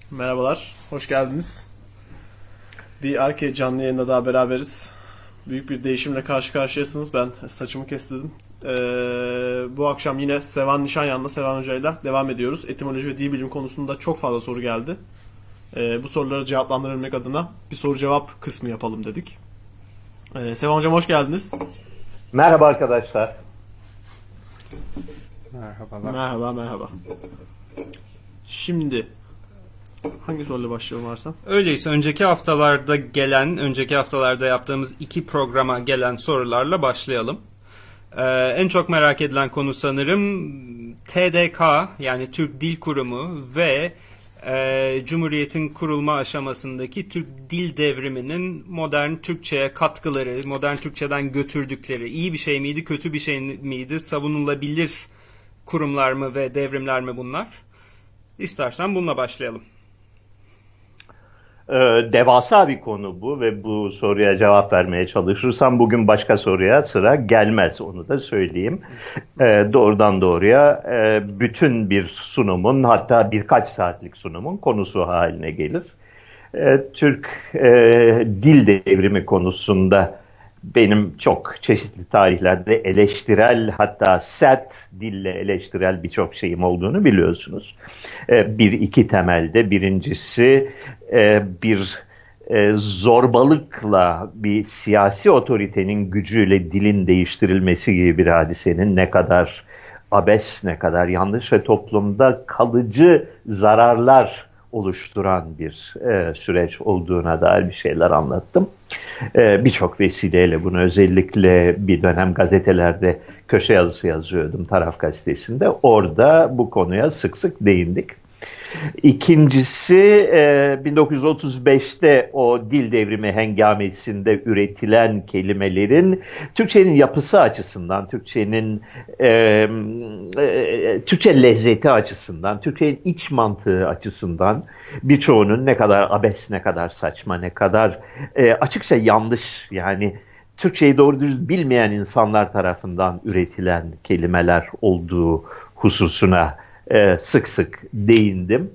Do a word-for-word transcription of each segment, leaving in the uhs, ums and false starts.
Merhabalar, hoş geldiniz. Bir Arke canlı yayında daha beraberiz. Büyük bir değişimle karşı karşıyasınız. Ben saçımı kestirdim. Ee, bu akşam yine Sevan Nişanyan'la Sevan Hoca'yla devam ediyoruz. Etimoloji ve dil bilim konusunda çok fazla soru geldi. Ee, bu soruları cevaplandırmak adına bir soru cevap kısmı yapalım dedik. Ee, Sevan Hocam hoş geldiniz. Merhaba arkadaşlar. Merhabalar. Merhaba, merhaba. Şimdi hangi soruyla başlayalım varsa? Öyleyse önceki haftalarda gelen, önceki haftalarda yaptığımız iki programa gelen sorularla başlayalım. Ee, en çok merak edilen konu sanırım T D K, yani Türk Dil Kurumu ve e, Cumhuriyet'in kurulma aşamasındaki Türk Dil Devrimi'nin modern Türkçe'ye katkıları, modern Türkçe'den götürdükleri, iyi bir şey miydi, kötü bir şey miydi, savunulabilir kurumlar mı ve devrimler mi bunlar? İstersen bununla başlayalım. Ee, devasa bir konu bu ve bu soruya cevap vermeye çalışırsam bugün başka soruya sıra gelmez, onu da söyleyeyim. Ee, doğrudan doğruya e, bütün bir sunumun, hatta birkaç saatlik sunumun konusu haline gelir. Ee, Türk e, dil devrimi konusunda benim çok çeşitli tarihlerde eleştirel, hatta sert dille eleştirel birçok şeyim olduğunu biliyorsunuz. Bir iki temelde, birincisi bir zorbalıkla, bir siyasi otoritenin gücüyle dilin değiştirilmesi gibi bir hadisenin ne kadar abes, ne kadar yanlış ve toplumda kalıcı zararlar oluşturan bir e, süreç olduğuna dair bir şeyler anlattım. E, Birçok vesileyle bunu, özellikle bir dönem gazetelerde köşe yazısı yazıyordum, Taraf Gazetesi'nde. Orada bu konuya sık sık değindik. İkincisi, e, bin dokuz yüz otuz beşte o dil devrimi hengamesinde üretilen kelimelerin Türkçenin yapısı açısından, Türkçenin e, e, Türkçe lezzeti açısından, Türkçenin iç mantığı açısından birçoğunun ne kadar abes, ne kadar saçma, ne kadar e, açıkça yanlış, yani Türkçeyi doğru düz bilmeyen insanlar tarafından üretilen kelimeler olduğu hususuna Ee, sık sık değindim.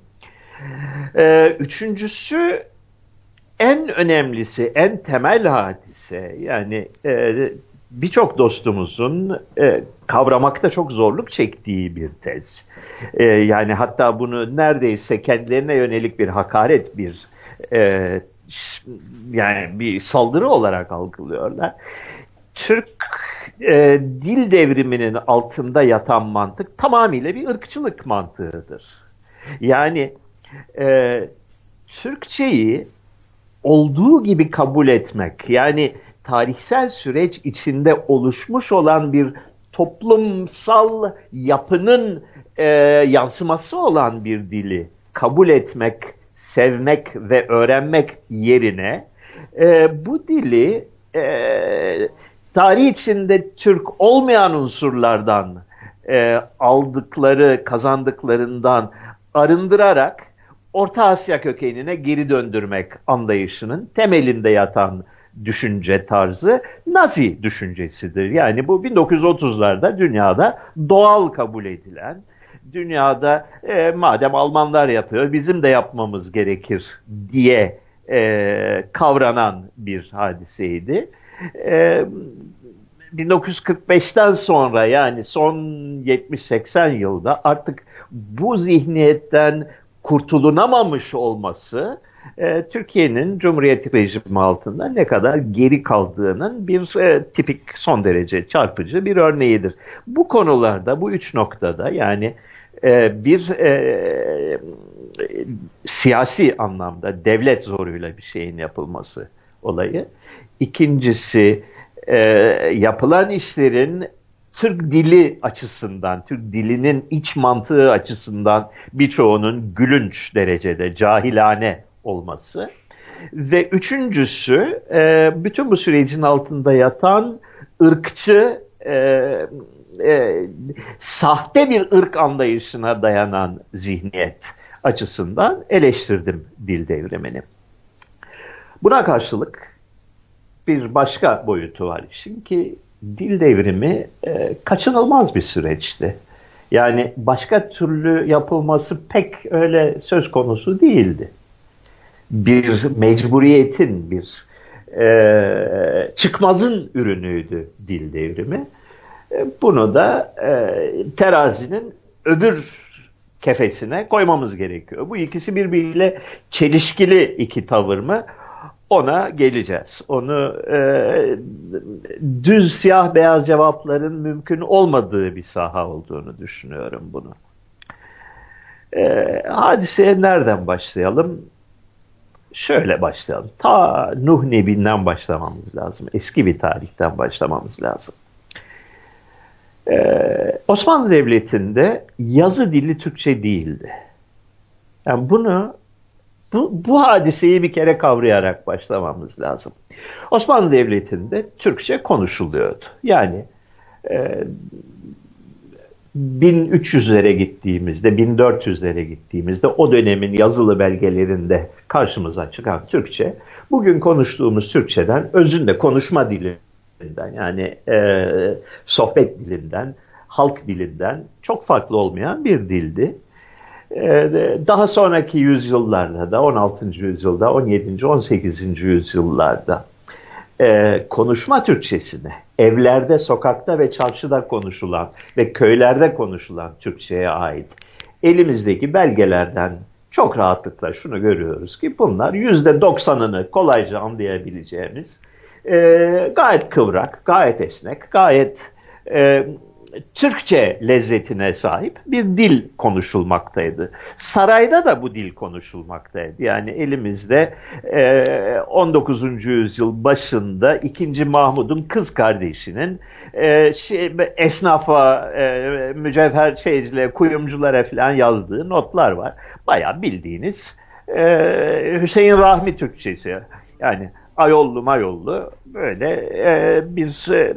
Ee, üçüncüsü, en önemlisi, en temel hadise, yani e, birçok dostumuzun e, kavramakta çok zorluk çektiği bir tez. E, yani hatta bunu neredeyse kendilerine yönelik bir hakaret, bir e, yani bir saldırı olarak algılıyorlar. Türk e, dil devriminin altında yatan mantık tamamıyla bir ırkçılık mantığıdır. Yani e, Türkçeyi olduğu gibi kabul etmek, yani tarihsel süreç içinde oluşmuş olan bir toplumsal yapının e, yansıması olan bir dili kabul etmek, sevmek ve öğrenmek yerine e, bu dili e, tarih içinde Türk olmayan unsurlardan e, aldıkları, kazandıklarından arındırarak Orta Asya kökenine geri döndürmek anlayışının temelinde yatan düşünce tarzı Nazi düşüncesidir. Yani bu bin dokuz yüz otuzlarda dünyada doğal kabul edilen, dünyada e, madem Almanlar yapıyor, bizim de yapmamız gerekir diye e, kavranan bir hadiseydi. Ee, bin dokuz yüz kırk beşten sonra, yani son yetmiş seksen yılda artık bu zihniyetten kurtulunamamış olması e, Türkiye'nin Cumhuriyet rejimi altında ne kadar geri kaldığının bir e, tipik, son derece çarpıcı bir örneğidir. Bu konularda, bu üç noktada, yani e, bir e, siyasi anlamda devlet zoruyla bir şeyin yapılması olayı. İkincisi, e, yapılan işlerin Türk dili açısından, Türk dilinin iç mantığı açısından birçoğunun gülünç derecede cahilane olması. Ve üçüncüsü, e, bütün bu sürecin altında yatan ırkçı, e, e, sahte bir ırk anlayışına dayanan zihniyet açısından eleştirdim dil devrimini. Buna karşılık bir başka boyutu var işin, ki dil devrimi e, kaçınılmaz bir süreçti. Yani başka türlü yapılması pek öyle söz konusu değildi. Bir mecburiyetin, bir e, çıkmazın ürünüydü dil devrimi. E, bunu da e, terazinin öbür kefesine koymamız gerekiyor. Bu ikisi birbiriyle çelişkili iki tavır mı? Ona geleceğiz. Onu e, düz siyah beyaz cevapların mümkün olmadığı bir saha olduğunu düşünüyorum bunu. E, hadiseye nereden başlayalım? Şöyle başlayalım. Ta Nuh Nebi'nden başlamamız lazım. Eski bir tarihten başlamamız lazım. Ee, Osmanlı Devleti'nde yazı dili Türkçe değildi. Yani bunu bu, bu hadiseyi bir kere kavrayarak başlamamız lazım. Osmanlı Devleti'nde Türkçe konuşuluyordu. Yani e, bin üç yüzlere gittiğimizde, bin dört yüzlere gittiğimizde o dönemin yazılı belgelerinde karşımıza çıkan Türkçe, bugün konuştuğumuz Türkçeden, özünde konuşma dilinden, yani e, sohbet dilinden, halk dilinden çok farklı olmayan bir dildi. E, daha sonraki yüzyıllarda da, on altıncı yüzyılda, on yedinci on sekizinci yüzyıllarda e, konuşma Türkçesine, evlerde, sokakta ve çarşıda konuşulan ve köylerde konuşulan Türkçe'ye ait elimizdeki belgelerden çok rahatlıkla şunu görüyoruz ki bunlar yüzde doksanını kolayca anlayabileceğimiz e, gayet kıvrak, gayet esnek, gayet e, Türkçe lezzetine sahip bir dil konuşulmaktaydı. Sarayda da bu dil konuşulmaktaydı. Yani elimizde e, on dokuzuncu yüzyıl başında ikinci. Mahmud'un kız kardeşinin e, şey, esnafa, e, mücevher şeycilere, kuyumculara falan yazdığı notlar var. Bayağı bildiğiniz e, Hüseyin Rahmi Türkçesi. Yani ayollu mayollu böyle e, bir e,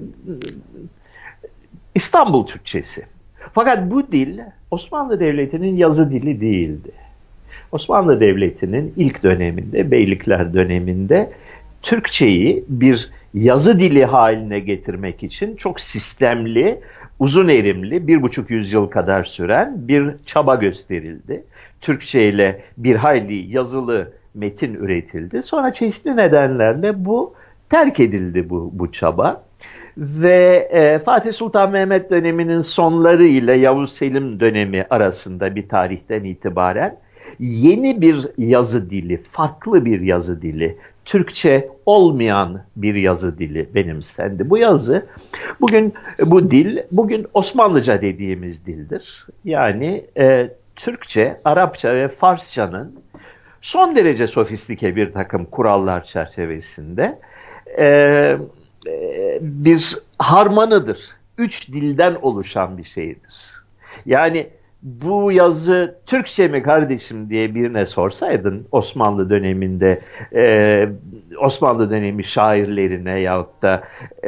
İstanbul Türkçesi. Fakat bu dil Osmanlı Devleti'nin yazı dili değildi. Osmanlı Devleti'nin ilk döneminde, Beylikler döneminde Türkçeyi bir yazı dili haline getirmek için çok sistemli, uzun erimli, bir buçuk yüzyıl kadar süren bir çaba gösterildi. Türkçe ile bir hayli yazılı metin üretildi. Sonra çeşitli nedenlerle bu terk edildi bu, bu çaba. Ve e, Fatih Sultan Mehmet döneminin sonları ile Yavuz Selim dönemi arasında bir tarihten itibaren yeni bir yazı dili, farklı bir yazı dili, Türkçe olmayan bir yazı dili benimsendi. Bu yazı, bugün bu dil, bugün Osmanlıca dediğimiz dildir. Yani e, Türkçe, Arapça ve Farsçanın son derece sofistike bir takım kurallar çerçevesinde e, bir harmanıdır. Üç dilden oluşan bir şeydir. Yani bu yazı Türkçe mi kardeşim diye birine sorsaydın Osmanlı döneminde e, Osmanlı dönemi şairlerine yahut da e,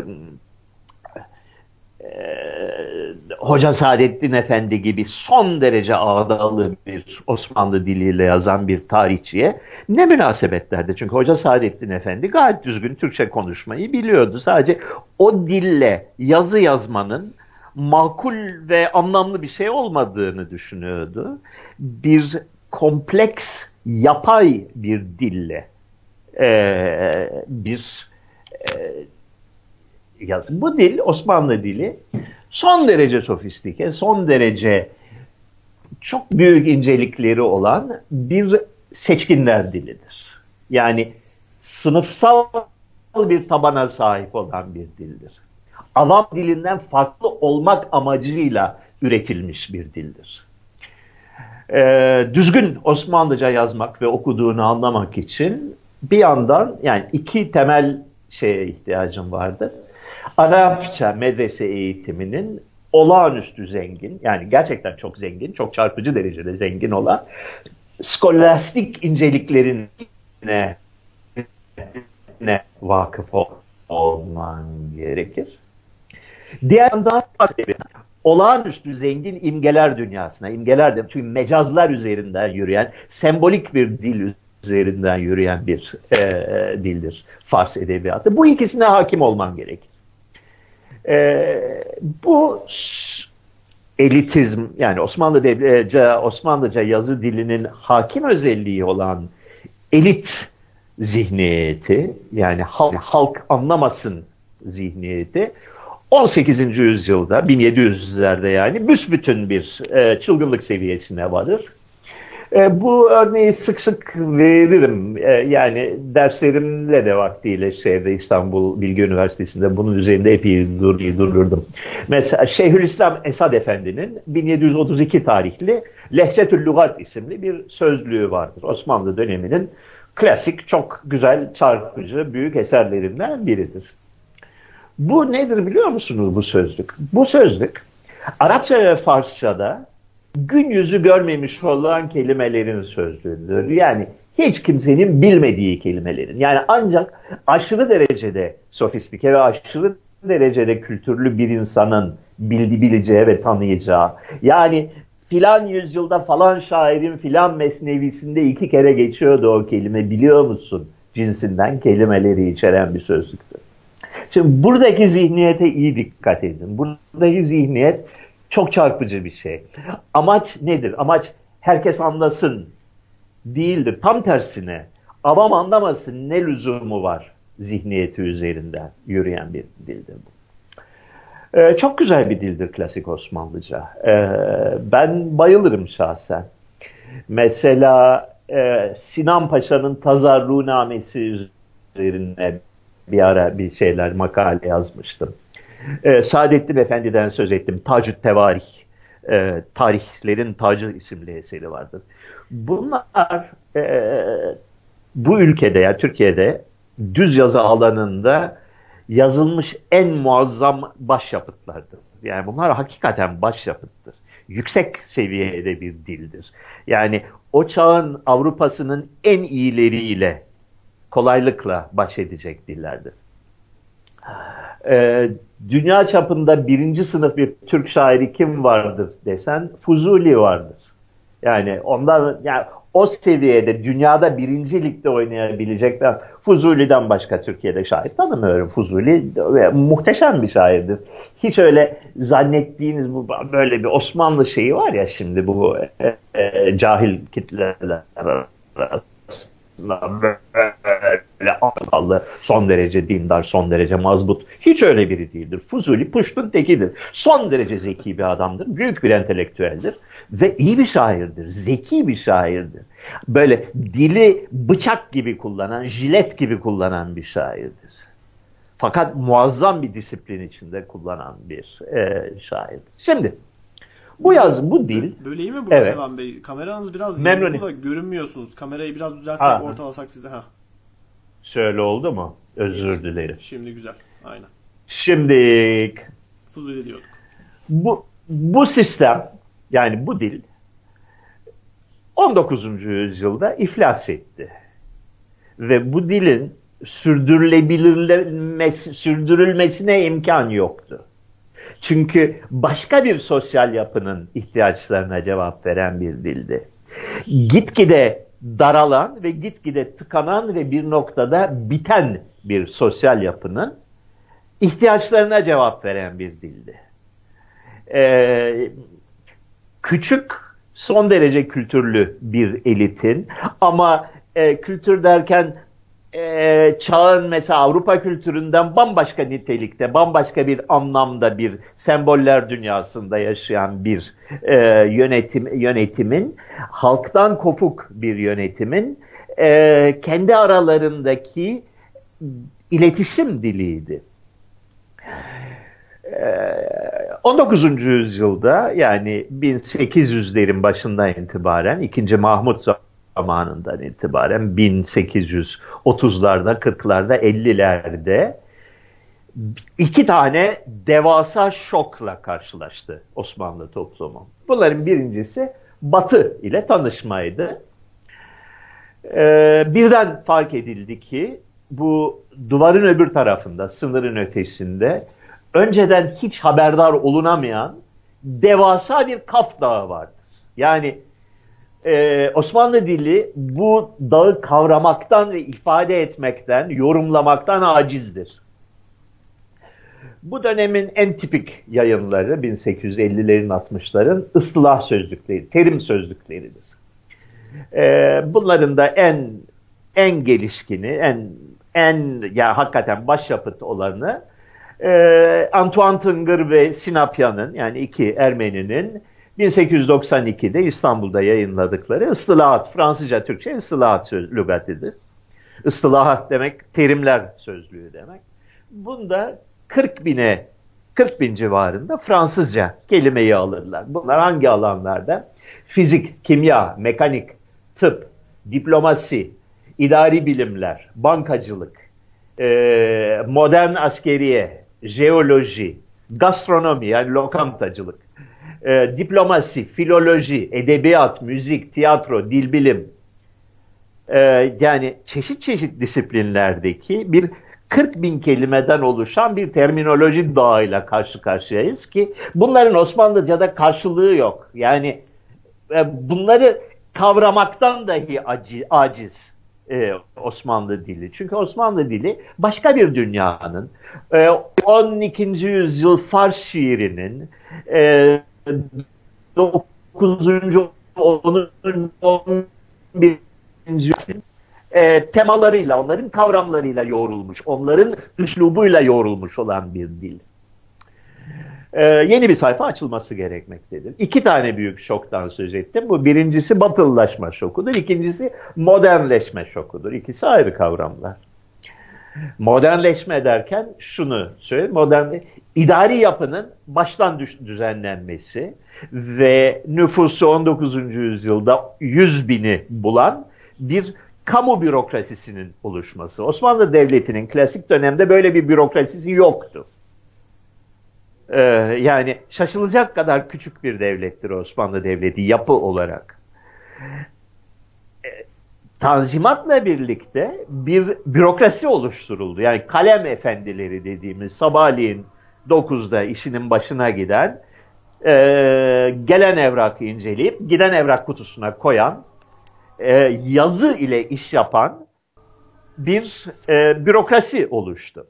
e, Hoca Saadettin Efendi gibi son derece ağdalı bir Osmanlı diliyle yazan bir tarihçiye ne münasebetlerdi. Çünkü Hoca Saadettin Efendi gayet düzgün Türkçe konuşmayı biliyordu. Sadece o dille yazı yazmanın makul ve anlamlı bir şey olmadığını düşünüyordu. Bir kompleks, yapay bir dille e, bir e, yazı. Bu dil, Osmanlı dili son derece sofistike, son derece çok büyük incelikleri olan bir seçkinler dilidir. Yani sınıfsal bir tabana sahip olan bir dildir. Avam dilinden farklı olmak amacıyla üretilmiş bir dildir. Ee, düzgün Osmanlıca yazmak ve okuduğunu anlamak için bir yandan yani iki temel şeye ihtiyacım vardı. Arapça medrese eğitiminin olağanüstü zengin, yani gerçekten çok zengin, çok çarpıcı derecede zengin olan skolastik inceliklerine ne vakıf olman gerekir. Diğer yandan olağanüstü zengin imgeler dünyasına, imgeler de çünkü mecazlar üzerinden yürüyen, sembolik bir dil üzerinden yürüyen bir e, dildir Fars edebiyatı. Bu ikisine hakim olman gerekir. E, bu elitizm, yani Osmanlı Devleti, Osmanlıca yazı dilinin hakim özelliği olan elit zihniyeti, yani halk, halk anlamasın zihniyeti on sekizinci yüzyılda, bin yedi yüzlerde yani büsbütün bir e, çılgınlık seviyesine varır. E, bu örneği sık sık veririm. E, yani derslerimle de vaktiyle şeyde İstanbul Bilgi Üniversitesi'nde bunun üzerinde epey dur, dururdum. Mesela Şeyhülislam Esad Efendi'nin bin yedi yüz otuz iki tarihli Lehçetül Lugat isimli bir sözlüğü vardır. Osmanlı döneminin klasik, çok güzel, çarpıcı, büyük eserlerinden biridir. Bu nedir biliyor musunuz bu sözlük? Bu sözlük Arapça ve Farsça'da gün yüzü görmemiş olan kelimelerin sözlüğüdür. Yani hiç kimsenin bilmediği kelimelerin. Yani ancak aşırı derecede sofistike ve aşırı derecede kültürlü bir insanın bildi, bileceği ve tanıyacağı. Yani filan yüzyılda falan şairin filan mesnevisinde iki kere geçiyordu o kelime, biliyor musun cinsinden kelimeleri içeren bir sözlüktür. Şimdi buradaki zihniyete iyi dikkat edin. Buradaki zihniyet çok çarpıcı bir şey. Amaç nedir? Amaç herkes anlasın değildir. Tam tersine avam anlamasın ne lüzumu var zihniyeti üzerinden yürüyen bir dildir bu. Ee, çok güzel bir dildir klasik Osmanlıca. Ee, ben bayılırım şahsen. Mesela e, Sinan Paşa'nın Tazarrunamesi üzerine bir ara bir şeyler, makale yazmıştım. Ee, Saadettin Efendi'den söz ettim. Tacü't Tevarih, e, Tarihlerin Tacı isimli eseri vardır. Bunlar e, bu ülkede, yani Türkiye'de düz yazı alanında yazılmış en muazzam başyapıtlardır. Yani bunlar hakikaten başyapıttır. Yüksek seviyede bir dildir. Yani o çağın Avrupa'sının en iyileriyle kolaylıkla baş edecek dillerdir. Ee, dünya çapında birinci sınıf bir Türk şairi kim vardır desen Fuzuli vardır. Yani ondan, yani o seviyede dünyada birinci ligde oynayabilecek, ben Fuzuli'den başka Türkiye'de şair tanımıyorum. Fuzuli muhteşem bir şairdir. Hiç öyle zannettiğiniz bu böyle bir Osmanlı şeyi var ya şimdi bu e, e, cahil kitleler böyle akıllı, son derece dindar, son derece mazbut. Hiç öyle biri değildir. Fuzuli puştun tekidir. Son derece zeki bir adamdır. Büyük bir entelektüeldir. Ve iyi bir şairdir. Zeki bir şairdir. Böyle dili bıçak gibi kullanan, jilet gibi kullanan bir şairdir. Fakat muazzam bir disiplin içinde kullanan bir e, şairdir. Şimdi bu yaz, bu dil... Böyle iyi mi burada evet. Sevan Bey? Kameranız biraz Memnun. yanıklı da görünmüyorsunuz. Kamerayı biraz düzelsek, Aa. ortalasak size. Ha. Şöyle oldu mu? Özür evet. dilerim. Şimdi güzel. Aynen. Şimdi... Fuzuli diyorduk. Bu, bu sistem, yani bu dil on dokuzuncu yüzyılda iflas etti. Ve bu dilin sürdürülebilirmesi, sürdürülmesine imkan yoktu. Çünkü başka bir sosyal yapının ihtiyaçlarına cevap veren bir dildi. Gitgide daralan ve gitgide tıkanan ve bir noktada biten bir sosyal yapının ihtiyaçlarına cevap veren bir dildi. Ee, küçük, son derece kültürlü bir elitin ama e, kültür derken e, çağın mesela Avrupa kültüründen bambaşka nitelikte, bambaşka bir anlamda bir semboller dünyasında yaşayan bir e, yönetim yönetimin, halktan kopuk bir yönetimin e, kendi aralarındaki iletişim diliydi. on dokuzuncu yüzyılda, yani bin sekiz yüzlerin başından itibaren, ikinci. Mahmut zamanından itibaren bin sekiz yüz otuzlarda, kırklarda, ellilerde iki tane devasa şokla karşılaştı Osmanlı toplumu. Bunların birincisi Batı ile tanışmaydı. Ee, birden fark edildi ki bu duvarın öbür tarafında, sınırın ötesinde önceden hiç haberdar olunamayan devasa bir Kaf Dağı vardır. Yani e, Osmanlı dili bu dağı kavramaktan ve ifade etmekten, yorumlamaktan acizdir. Bu dönemin en tipik yayınları bin sekiz yüz ellilerin altmışların ıstılah sözlükleri, terim sözlükleridir. Ee, bunların da en en gelişkini, en en ya hakikaten başyapıt olanı e, Antoine Tıngır ve Sinapyan'ın, yani iki Ermeninin bin sekiz yüz doksan ikide İstanbul'da yayınladıkları ıstılahat, Fransızca Türkçe ıstılahat söz, lügatidir. Istılahat demek terimler sözlüğü demek. Bunda kırk bine kırk bin civarında Fransızca kelimeyi alırlar. Bunlar hangi alanlarda? Fizik, kimya, mekanik, tıp, diplomasi, idari bilimler, bankacılık, e, modern askeriye, jeoloji, gastronomi yani lokantacılık, e, diplomasi, filoloji, edebiyat, müzik, tiyatro, dil bilim, e, yani çeşit çeşit disiplinlerdeki bir kırk bin kelimeden oluşan bir terminoloji dağıyla karşı karşıyayız ki bunların Osmanlıca'da karşılığı yok. Yani e, bunları kavramaktan dahi aci, aciz e, Osmanlı dili. Çünkü Osmanlı dili başka bir dünyanın, e, on ikinci yüzyıl Fars şiirinin, e, dokuzuncu onuncu on birinci yüzyılın e, temalarıyla, onların kavramlarıyla yoğrulmuş, onların üslubuyla yoğrulmuş olan bir dil. Ee, yeni bir sayfa açılması gerekmektedir. İki tane büyük şoktan söz ettim. Bu birincisi batılılaşma şokudur, ikincisi modernleşme şokudur. İkisi ayrı kavramlar. Modernleşme derken şunu söyleyeyim, modern, idari yapının baştan düzenlenmesi ve nüfusu on dokuzuncu yüzyılda yüz bini bulan bir kamu bürokrasisinin oluşması. Osmanlı Devleti'nin klasik dönemde böyle bir bürokrasisi yoktu. Ee, yani şaşılacak kadar küçük bir devlettir Osmanlı Devleti yapı olarak. Ee, Tanzimatla birlikte bir bürokrasi oluşturuldu. Yani kalem efendileri dediğimiz, sabahleyin dokuzda işinin başına giden, e, gelen evrakı inceleyip giden evrak kutusuna koyan, e, yazı ile iş yapan bir e, bürokrasi oluştu.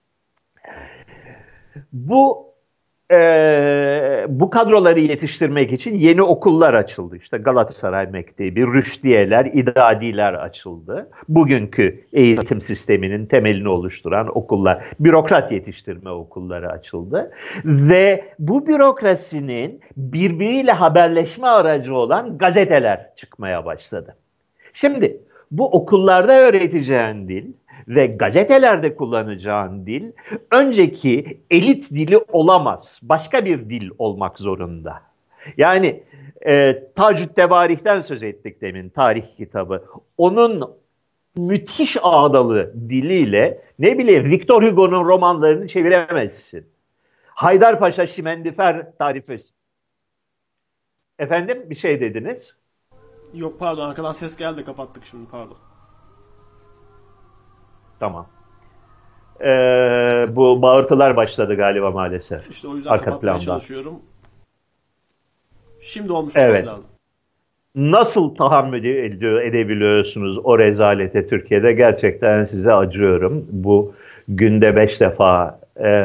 Bu Ee, bu kadroları yetiştirmek için yeni okullar açıldı. İşte Galatasaray Mektebi, Rüşdiyeler, İdadiler açıldı. Bugünkü eğitim sisteminin temelini oluşturan okullar, bürokrat yetiştirme okulları açıldı. Ve bu bürokrasinin birbiriyle haberleşme aracı olan gazeteler çıkmaya başladı. Şimdi bu okullarda öğreteceğin dil ve gazetelerde kullanacağın dil önceki elit dili olamaz. Başka bir dil olmak zorunda. Yani e, Tacüddin söz ettik demin, tarih kitabı. Onun müthiş ağdalı diliyle ne bileyim Victor Hugo'nun romanlarını çeviremezsin. Haydarpaşa Şimendifer tarifesi. Efendim bir şey dediniz? Yok pardon, arkadan ses geldi, kapattık şimdi, pardon. Tamam. Ee, bu bağırtılar başladı galiba maalesef. İşte o yüzden arka kapatmaya planda çalışıyorum. Şimdi olmuş evet. lazım. Nasıl tahammül ediyor, edebiliyorsunuz o rezalete Türkiye'de? Gerçekten size acıyorum. Bu günde beş defa e,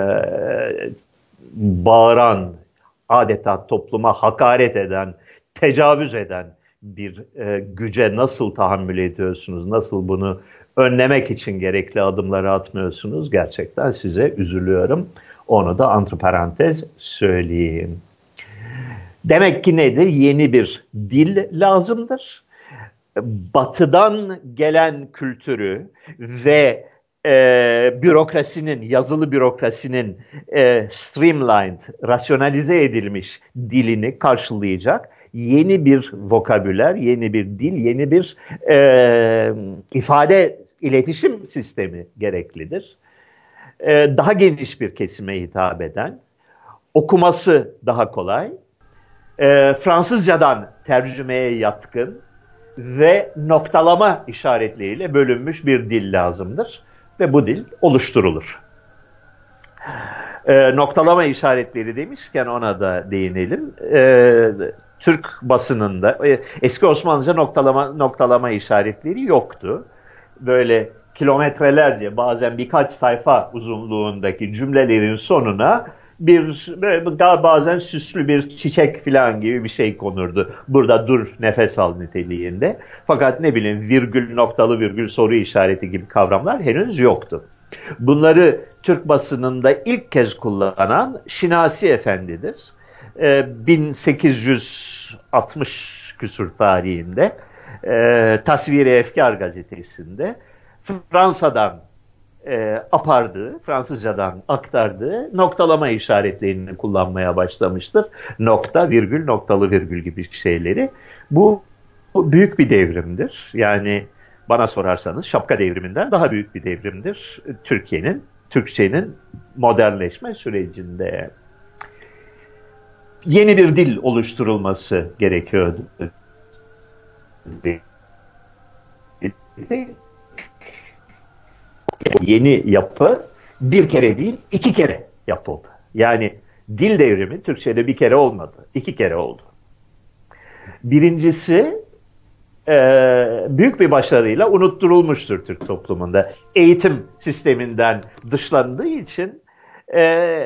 bağıran, adeta topluma hakaret eden, tecavüz eden bir e, güce nasıl tahammül ediyorsunuz? Nasıl bunu önlemek için gerekli adımları atmıyorsunuz? Gerçekten size üzülüyorum. Onu da antiparantez söyleyeyim. Demek ki nedir? Yeni bir dil lazımdır. Batıdan gelen kültürü ve e, bürokrasinin, yazılı bürokrasinin e, streamlined, rasyonalize edilmiş dilini karşılayacak yeni bir vokabüler, yeni bir dil, yeni bir e, ifade, iletişim sistemi gereklidir. E, daha geniş bir kesime hitap eden, okuması daha kolay, e, Fransızcadan tercümeye yatkın ve noktalama işaretleriyle bölünmüş bir dil lazımdır. Ve bu dil oluşturulur. E, noktalama işaretleri demişken ona da değinelim. E, Türk basınında eski Osmanlıca noktalama noktalama işaretleri yoktu. Böyle kilometrelerce, bazen birkaç sayfa uzunluğundaki cümlelerin sonuna bir bazen süslü bir çiçek falan gibi bir şey konurdu. Burada dur, nefes al niteliğinde. Fakat ne bileyim virgül, noktalı virgül, soru işareti gibi kavramlar henüz yoktu. Bunları Türk basınında ilk kez kullanan Şinasi Efendi'dir. Ee, bin sekiz yüz altmış küsur tarihinde e, Tasvir-i Efkar gazetesinde Fransa'dan e, apardığı, Fransızcadan aktardığı noktalama işaretlerini kullanmaya başlamıştır. Nokta, virgül, noktalı virgül gibi şeyleri. Bu, bu büyük bir devrimdir. Yani bana sorarsanız şapka devriminden daha büyük bir devrimdir. Türkiye'nin, Türkçenin modernleşme sürecinde yeni bir dil oluşturulması gerekiyordu. Yeni yapı bir kere değil, iki kere yapıldı. Yani dil devrimi Türkçe'de bir kere olmadı, iki kere oldu. Birincisi e, büyük bir başarıyla unutturulmuştur Türk toplumunda. Eğitim sisteminden dışlandığı için e,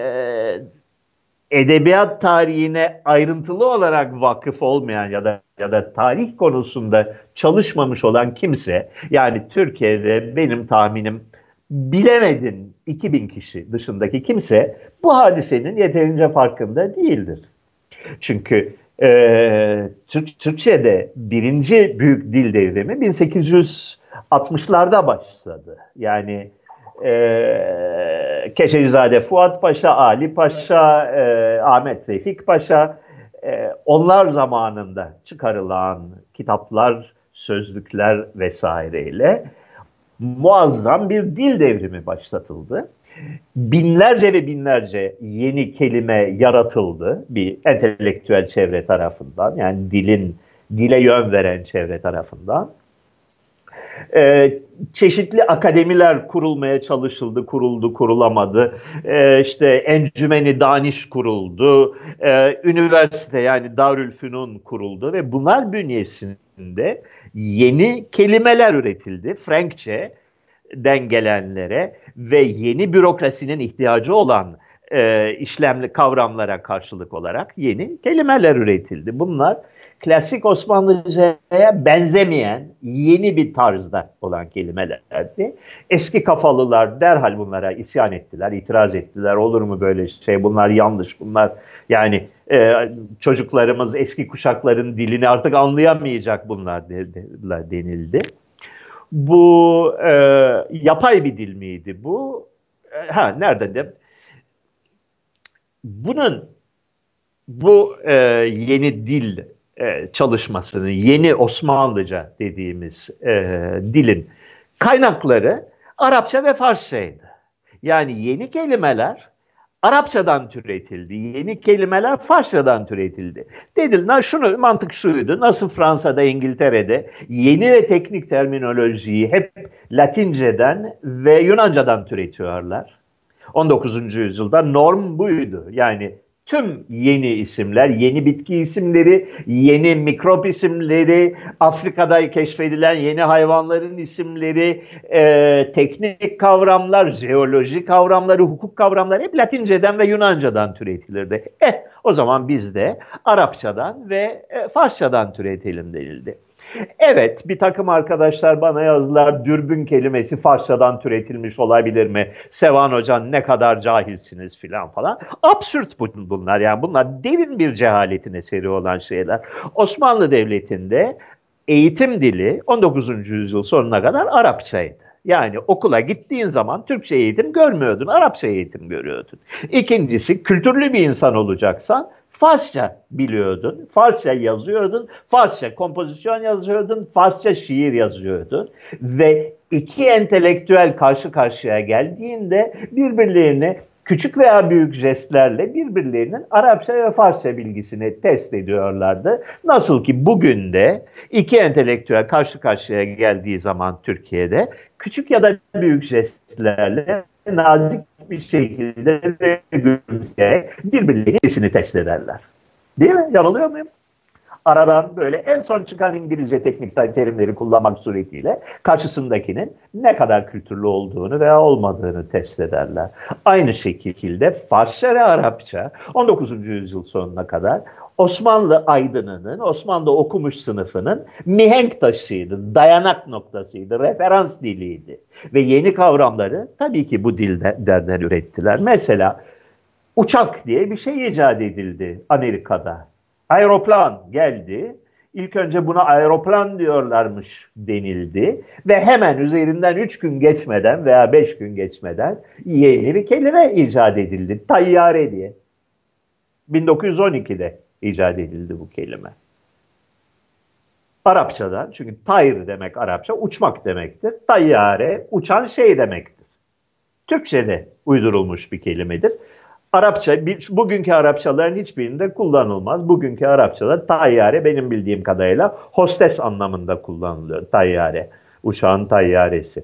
edebiyat tarihine ayrıntılı olarak vakıf olmayan ya da ya da tarih konusunda çalışmamış olan kimse, yani Türkiye'de benim tahminim bilemedin iki bin kişi dışındaki kimse bu hadisenin yeterince farkında değildir. Çünkü e, Türk, Türkçe'de birinci büyük dil devrimi bin sekiz yüz altmışlarda başladı. Yani e, Keşecizade Fuat Paşa, Ali Paşa, e, Ahmet Refik Paşa, e, onlar zamanında çıkarılan kitaplar, sözlükler vesaireyle muazzam bir dil devrimi başlatıldı. Binlerce ve binlerce yeni kelime yaratıldı bir entelektüel çevre tarafından, yani dilin dile yön veren çevre tarafından. Ee, çeşitli akademiler kurulmaya çalışıldı, kuruldu, kurulamadı. Ee, işte Encümeni Daniş kuruldu, ee, üniversite yani Darülfünun kuruldu ve bunlar bünyesinde yeni kelimeler üretildi. Frankçe'den gelenlere ve yeni bürokrasinin ihtiyacı olan e, işlemli kavramlara karşılık olarak yeni kelimeler üretildi. Bunlar klasik Osmanlıca'ya benzemeyen yeni bir tarzda olan kelimelerdi. Eski kafalılar derhal bunlara isyan ettiler, itiraz ettiler. Olur mu böyle şey, bunlar yanlış, bunlar yani e, çocuklarımız eski kuşakların dilini artık anlayamayacak bunlar denildi. Bu e, yapay bir dil miydi bu? E, ha nerede de? Bunun bu e, yeni dil e, çalışmasının, yeni Osmanlıca dediğimiz e, dilin kaynakları Arapça ve Farsçaydı. Yani yeni kelimeler Arapçadan türetildi, yeni kelimeler Farsçadan türetildi. Dediler, şunu, mantık şuydu, nasıl Fransa'da, İngiltere'de yeni ve teknik terminolojiyi hep Latinceden ve Yunanca'dan türetiyorlar. on dokuzuncu yüzyılda norm buydu. Yani tüm yeni isimler, yeni bitki isimleri, yeni mikrop isimleri, Afrika'da keşfedilen yeni hayvanların isimleri, e, teknik kavramlar, jeoloji kavramları, hukuk kavramları hep Latinceden ve Yunanca'dan türetilirdi. Eh, o zaman biz de Arapçadan ve e, Farsçadan türetelim denildi. Evet, bir takım arkadaşlar bana yazdılar, dürbün kelimesi Farsçadan türetilmiş olabilir mi? Sevan Hocam ne kadar cahilsiniz filan falan. Absürt bunlar, yani bunlar derin bir cehaletin eseri olan şeyler. Osmanlı Devleti'nde eğitim dili on dokuzuncu yüzyıl sonuna kadar Arapçaydı. Yani okula gittiğin zaman Türkçe eğitim görmüyordun, Arapça eğitim görüyordun. İkincisi, kültürlü bir insan olacaksan Farsça biliyordun, Farsça yazıyordun, Farsça kompozisyon yazıyordun, Farsça şiir yazıyordun ve iki entelektüel karşı karşıya geldiğinde birbirlerini küçük veya büyük jestlerle birbirlerinin Arapça ve Farsça bilgisini test ediyorlardı. Nasıl ki bugün de iki entelektüel karşı karşıya geldiği zaman Türkiye'de küçük ya da büyük jestlerle nazik bir şekilde gülümseyerek birbirlerinin ilgisini test ederler. Değil mi? Yanılıyor muyum? Aradan böyle en son çıkan İngilizce teknik terimleri kullanmak suretiyle karşısındakinin ne kadar kültürlü olduğunu veya olmadığını test ederler. Aynı şekilde Farsça ve Arapça on dokuzuncu yüzyıl sonuna kadar Osmanlı aydınının, Osmanlı okumuş sınıfının mihenk taşıydı, dayanak noktasıydı, referans diliydi. Ve yeni kavramları tabii ki bu dilden ürettiler. Mesela uçak diye bir şey icat edildi Amerika'da. Aeroplan geldi. İlk önce buna aeroplan diyorlarmış denildi. Ve hemen üzerinden üç gün geçmeden veya beş gün geçmeden yeni bir kelime icat edildi. Tayyare diye. bin dokuz yüz on ikide icat edildi bu kelime. Arapçadan, çünkü tayr demek Arapça, uçmak demektir. Tayyare, uçan şey demektir. Türkçe'de uydurulmuş bir kelimedir. Arapça, bugünkü Arapçaların hiçbirinde kullanılmaz. Bugünkü Arapçada tayyare benim bildiğim kadarıyla hostes anlamında kullanılıyor. Tayyare, uçağın tayyaresi.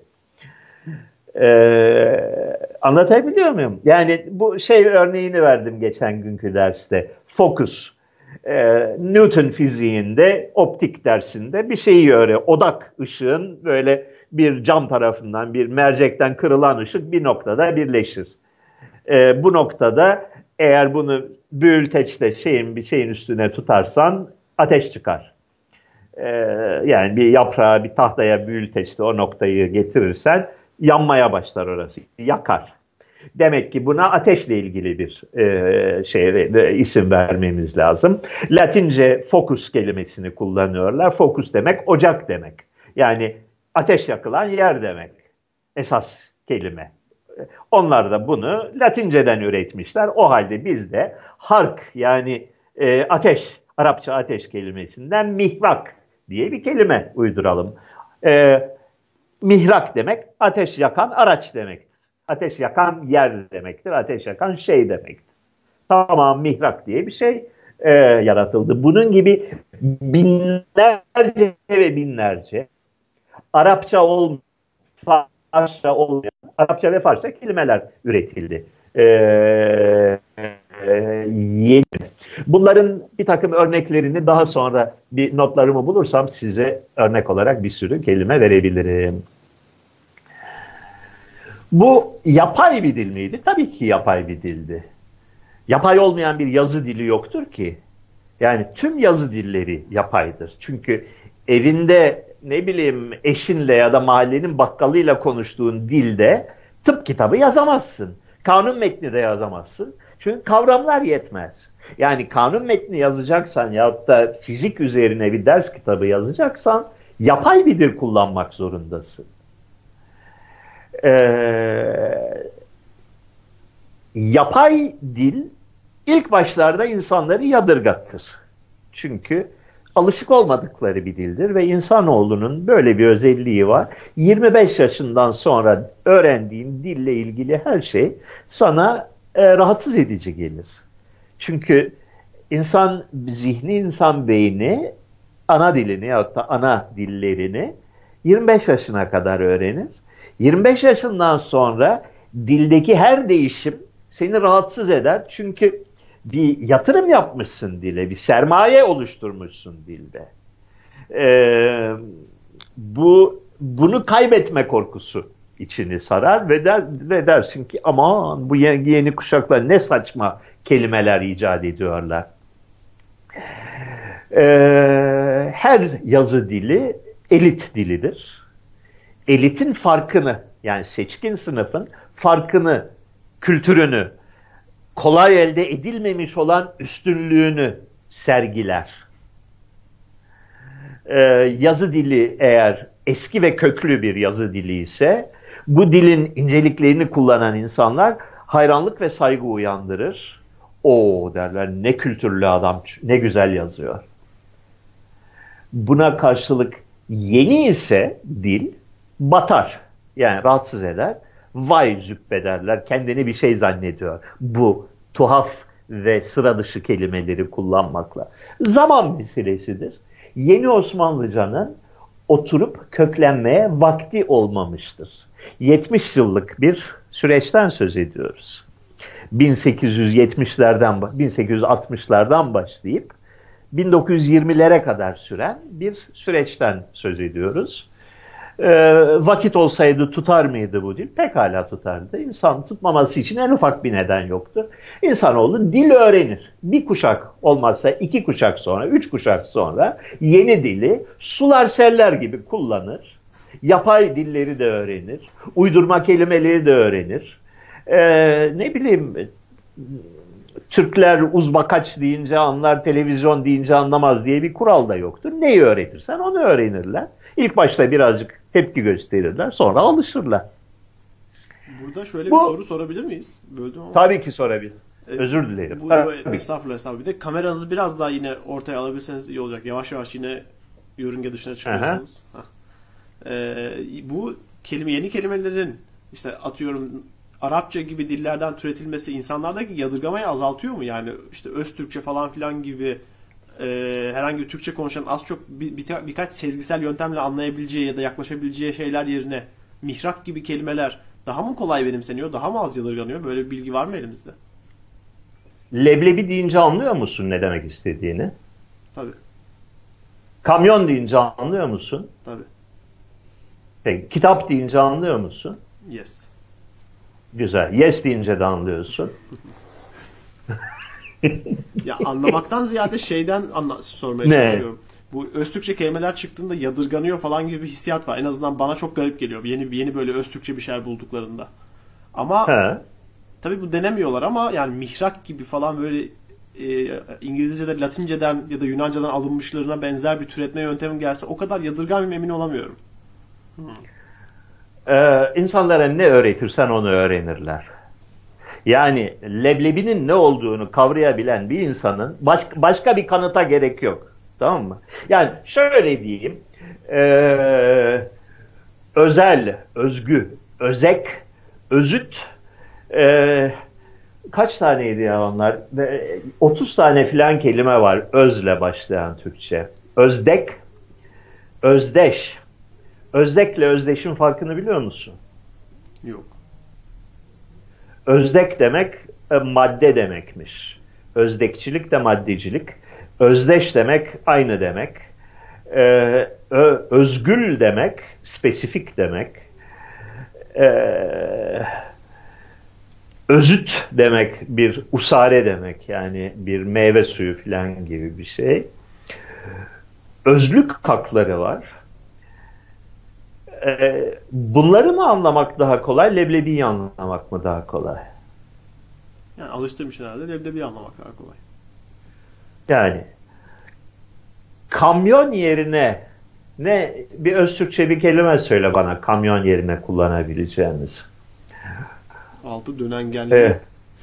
Ee, anlatabiliyor muyum? Yani bu şey örneğini verdim geçen günkü derste. Fokus. Ee, Newton fiziğinde, optik dersinde bir şeyi öğre. Odak ışığın böyle bir cam tarafından, bir mercekten kırılan ışık bir noktada birleşir. Ee, bu noktada eğer bunu büyülteçte şeyin bir şeyin üstüne tutarsan ateş çıkar. Ee, yani bir yaprağa, bir tahtaya büyülteçte o noktayı getirirsen yanmaya başlar orası, yakar. Demek ki buna ateşle ilgili bir e, şey e, isim vermemiz lazım. Latince focus kelimesini kullanıyorlar. Focus demek ocak demek. Yani ateş yakılan yer demek. Esas kelime. Onlar da bunu Latinceden üretmişler. O halde biz de hark yani e, ateş, Arapça ateş kelimesinden mihrak diye bir kelime uyduralım. E, mihrak demek ateş yakan araç demektir. Ateş yakan yer demektir. Ateş yakan şey demektir. Tamam, mihrak diye bir şey e, yaratıldı. Bunun gibi binlerce ve binlerce Arapça olmayan, Farsça olmayan, Arapça ve Farsça kelimeler üretildi. Ee, e, yeni. Bunların bir takım örneklerini daha sonra bir notlarımı bulursam size örnek olarak bir sürü kelime verebilirim. Bu yapay bir dil miydi? Tabii ki yapay bir dildi. Yapay olmayan bir yazı dili yoktur ki. Yani tüm yazı dilleri yapaydır. Çünkü evinde ne bileyim eşinle ya da mahallenin bakkalıyla konuştuğun dilde tıp kitabı yazamazsın. Kanun metni de yazamazsın. Çünkü kavramlar yetmez. Yani kanun metni yazacaksan ya da fizik üzerine bir ders kitabı yazacaksan yapay bir dil kullanmak zorundasın. Ee, yapay dil ilk başlarda insanları yadırgatır. Çünkü alışık olmadıkları bir dildir ve insanoğlunun böyle bir özelliği var. yirmi beş yaşından sonra öğrendiğin dille ilgili her şey sana e, rahatsız edici gelir. Çünkü insan zihni, insan beyni ana dilini ya da ana dillerini yirmi beş yaşına kadar öğrenir. yirmi beş yaşından sonra dildeki her değişim seni rahatsız eder. Çünkü bir yatırım yapmışsın dile, bir sermaye oluşturmuşsun dilde. Ee, bu bunu kaybetme korkusu içini sarar ve, der, ve dersin ki aman bu yeni, yeni kuşaklar ne saçma kelimeler icat ediyorlar. Ee, her yazı dili elit dilidir. Elitin farkını, yani seçkin sınıfın farkını, kültürünü, kolay elde edilmemiş olan üstünlüğünü sergiler. Ee, yazı dili eğer eski ve köklü bir yazı dili ise bu dilin inceliklerini kullanan insanlar hayranlık ve saygı uyandırır. O derler, ne kültürlü adam, ne güzel yazıyor. Buna karşılık yeni ise dil batar, yani rahatsız eder. Vay züppederler, kendini bir şey zannediyor bu tuhaf ve sıra dışı kelimeleri kullanmakla. Zaman meselesidir. Yeni Osmanlıcanın oturup köklenmeye vakti olmamıştır. yetmiş yıllık bir süreçten söz ediyoruz. bin sekiz yüz yetmişlerden, bin sekiz yüz altmışlardan başlayıp bin dokuz yüz yirmilere kadar süren bir süreçten söz ediyoruz. Ee, vakit olsaydı tutar mıydı bu dil? Pekala tutardı. İnsan tutmaması için en ufak bir neden yoktu. İnsanoğlu dil öğrenir. Bir kuşak olmazsa iki kuşak sonra, üç kuşak sonra yeni dili sular seller gibi kullanır. Yapay dilleri de öğrenir. Uydurma kelimeleri de öğrenir. Ee, ne bileyim, Türkler uzbakaç deyince anlar, televizyon deyince anlamaz diye bir kural da yoktur. Neyi öğretirsen onu öğrenirler. İlk başta birazcık tepki gösterirler, sonra alışırlar. Burada şöyle Bu, bir soru sorabilir miyiz? Böldüm ama. Tabii ki sorabilirim. Ee, Özür dilerim. Bu, bu, estağfurullah, estağfurullah. Bir de kameranızı biraz daha yine ortaya alabilirseniz iyi olacak. Yavaş yavaş yine yörünge dışına çıkıyorsunuz. Ee, bu kelime, yeni kelimelerin işte atıyorum Arapça gibi dillerden türetilmesi insanlardaki yadırgamayı azaltıyor mu? Yani işte Öztürkçe falan filan gibi e, herhangi bir Türkçe konuşan az çok bir, bir, birkaç sezgisel yöntemle anlayabileceği ya da yaklaşabileceği şeyler yerine mihrak gibi kelimeler daha mı kolay benimseniyor, daha mı az yadırganıyor? Böyle bir bilgi var mı elimizde? Leblebi deyince anlıyor musun ne demek istediğini? Tabii. Kamyon deyince anlıyor musun? Tabii. Peki, kitap deyince anlıyor musun? Yes. Güzel. Yes deyince de anlıyorsun. Ya anlamaktan ziyade şeyden anla- sormaya Ne? çalışıyorum. Bu Öztürkçe kelimeler çıktığında yadırganıyor falan gibi bir hissiyat var. En azından bana çok garip geliyor. Yeni yeni böyle Öztürkçe bir şeyler bulduklarında. Ama He. tabii bu denemiyorlar ama yani mihrak gibi falan böyle e, İngilizce'de Latinceden ya da Yunanca'dan alınmışlarına benzer bir türetme yöntemi gelse o kadar yadırgan emin olamıyorum. Hmm. Ee, insanlara ne öğretirsen onu öğrenirler. Yani leblebinin ne olduğunu kavrayabilen bir insanın baş, başka bir kanıta gerek yok. Tamam mı? Yani şöyle diyeyim. Ee, özel, özgü, özek, özüt, ee, kaç taneydi ya onlar? otuz tane filan kelime var özle başlayan Türkçe. Özdek, özdeş. Özdekle özdeşin farkını biliyor musun? Yok. Özdek demek e, madde demekmiş. Özdekçilik de maddecilik. Özdeş demek aynı demek. Ee, ö, özgül demek spesifik demek. Ee, özüt demek bir usare demek. Yani bir meyve suyu falan gibi bir şey. Özlük hakları var. Ee, bunları mı anlamak daha kolay, leblebiyi anlamak mı daha kolay? Yani alıştığım için herhalde leblebiyi anlamak daha kolay. Yani kamyon yerine ne bir Öztürkçe bir kelime söyle bana kamyon yerine kullanabileceğimiz. Altı dönengenli. Evet.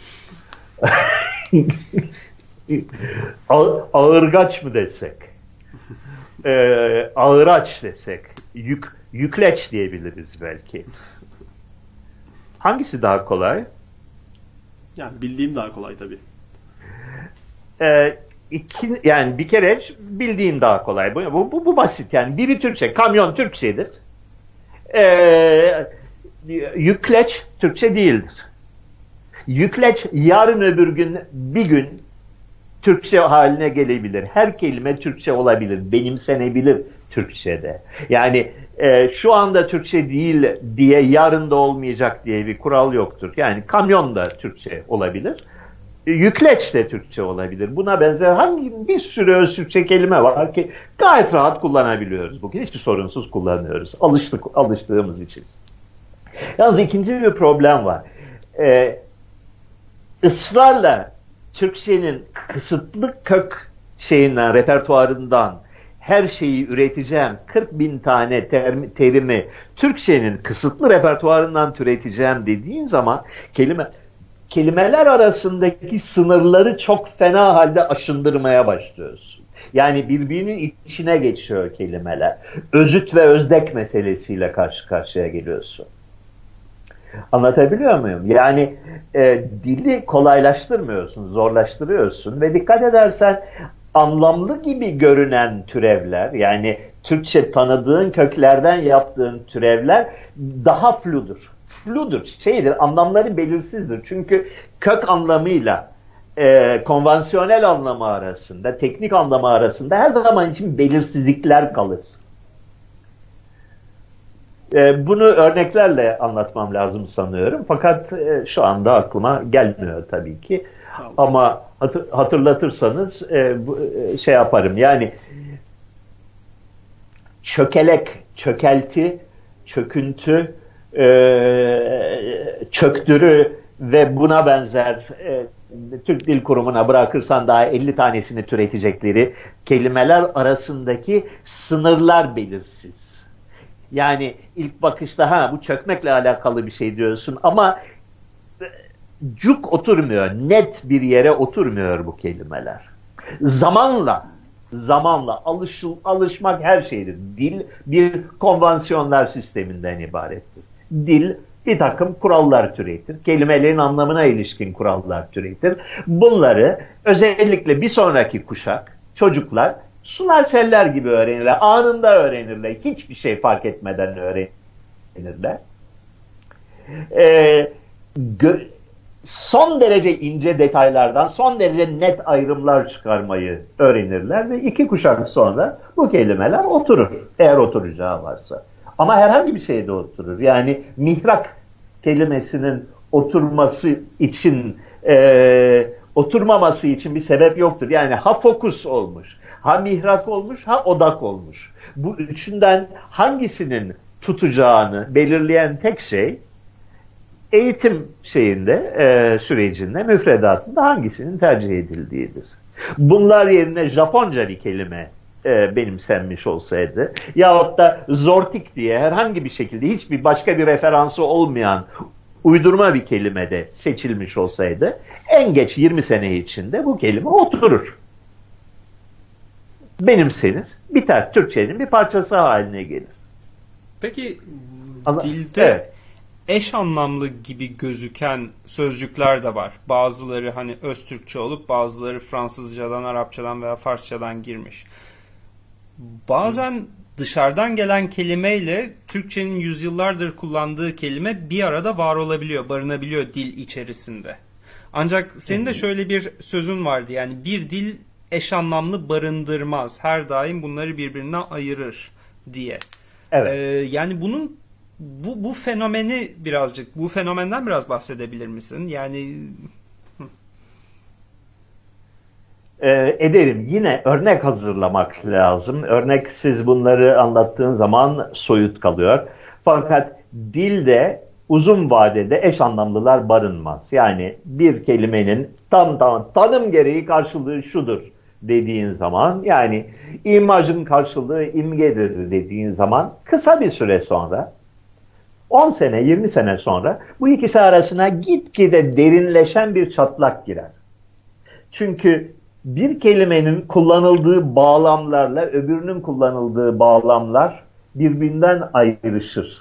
A- ağırgaç mı desek? Ee, ağıraç desek? Yük, yükleç diyebiliriz belki. Hangisi daha kolay? Yani bildiğim daha kolay tabii. Ee, iki, yani bir kere bildiğin daha kolay. Bu, bu, bu, bu basit yani. Biri Türkçe. Kamyon Türkçedir. Ee, yükleç Türkçe değildir. Yükleç yarın öbür gün bir gün Türkçe haline gelebilir. Her kelime Türkçe olabilir. Benimsenebilir Türkçe'de. Yani e, şu anda Türkçe değil diye yarın da olmayacak diye bir kural yoktur. Yani kamyon da Türkçe olabilir. Yükleç de Türkçe olabilir. Buna benzer hangi bir sürü Öztürkçe kelime var ki gayet rahat kullanabiliyoruz bugün. Hiçbir sorunsuz kullanıyoruz. Alıştık, alıştığımız için. Yalnız ikinci bir problem var. Ee, ısrarla Türkçenin kısıtlı kök şeyinden, repertuarından her şeyi üreteceğim, kırk bin tane terimi, terimi Türkçenin kısıtlı repertuarından türeteceğim dediğin zaman kelime kelimeler arasındaki sınırları çok fena halde aşındırmaya başlıyorsun. Yani birbirinin içine geçiyor kelimeler. Özüt ve özdek meselesiyle karşı karşıya geliyorsun. Anlatabiliyor muyum? Yani e, dili kolaylaştırmıyorsun, zorlaştırıyorsun ve dikkat edersen anlamlı gibi görünen türevler, yani Türkçe tanıdığın köklerden yaptığın türevler daha fludur. Fludur, şeydir, anlamları belirsizdir. Çünkü kök anlamıyla e, konvansiyonel anlamı arasında, teknik anlamı arasında her zaman için belirsizlikler kalır. E, bunu örneklerle anlatmam lazım sanıyorum. Fakat e, şu anda aklıma gelmiyor tabii ki. Ama hatır, hatırlatırsanız e, bu, e, şey yaparım. Yani çökelek, çökelti, çöküntü, e, çöktürü ve buna benzer e, Türk Dil Kurumu'na bırakırsan daha elli tanesini türetecekleri kelimeler arasındaki sınırlar belirsiz. Yani ilk bakışta ha bu çökmekle alakalı bir şey diyorsun ama cuk oturmuyor, net bir yere oturmuyor bu kelimeler. Zamanla, zamanla alışıl, alışmak her şeydir. Dil bir konvansiyonlar sisteminden ibarettir. Dil bir takım kurallar türetir. Kelimelerin anlamına ilişkin kurallar türetir. Bunları özellikle bir sonraki kuşak, çocuklar sular seller gibi öğrenirler. Anında öğrenirler. Hiçbir şey fark etmeden öğrenirler. Ee, gö- son derece ince detaylardan son derece net ayrımlar çıkarmayı öğrenirler ve iki kuşak sonra bu kelimeler oturur. Eğer oturacağı varsa. Ama herhangi bir şeyde oturur. Yani mihrak kelimesinin oturması için e, oturmaması için bir sebep yoktur. Yani ha fokus olmuş, ha mihrak olmuş, ha odak olmuş. Bu üçünden hangisinin tutacağını belirleyen tek şey eğitim şeyinde, e, sürecinde, müfredatında hangisinin tercih edildiğidir. Bunlar yerine Japonca bir kelime e, benimsenmiş olsaydı yahut da Zortik diye herhangi bir şekilde hiçbir başka bir referansı olmayan uydurma bir kelime de seçilmiş olsaydı en geç yirmi sene içinde bu kelime oturur. Benimsenir, biter. Türkçenin bir parçası haline gelir. Peki Ama, dilde evet. eş anlamlı gibi gözüken sözcükler de var. Bazıları hani Öztürkçe olup bazıları Fransızcadan, Arapçadan veya Farsçadan girmiş. Bazen dışarıdan gelen kelimeyle Türkçenin yüzyıllardır kullandığı kelime bir arada var olabiliyor, barınabiliyor dil içerisinde. Ancak senin de şöyle bir sözün vardı, yani bir dil eş anlamlı barındırmaz. Her daim bunları birbirinden ayırır diye. Evet. Ee, yani bunun bu bu fenomeni birazcık, bu fenomenden biraz bahsedebilir misin? Yani Ee, ederim. Yine örnek hazırlamak lazım. Örneksiz bunları anlattığın zaman soyut kalıyor. Fakat dilde uzun vadede eş anlamlılar barınmaz. Yani bir kelimenin tam tam tanım gereği karşılığı şudur dediğin zaman, yani imajın karşılığı imgedir dediğin zaman kısa bir süre sonra, on sene yirmi sene sonra bu ikisi arasına gitgide derinleşen bir çatlak girer. Çünkü bir kelimenin kullanıldığı bağlamlarla öbürünün kullanıldığı bağlamlar birbirinden ayrışır.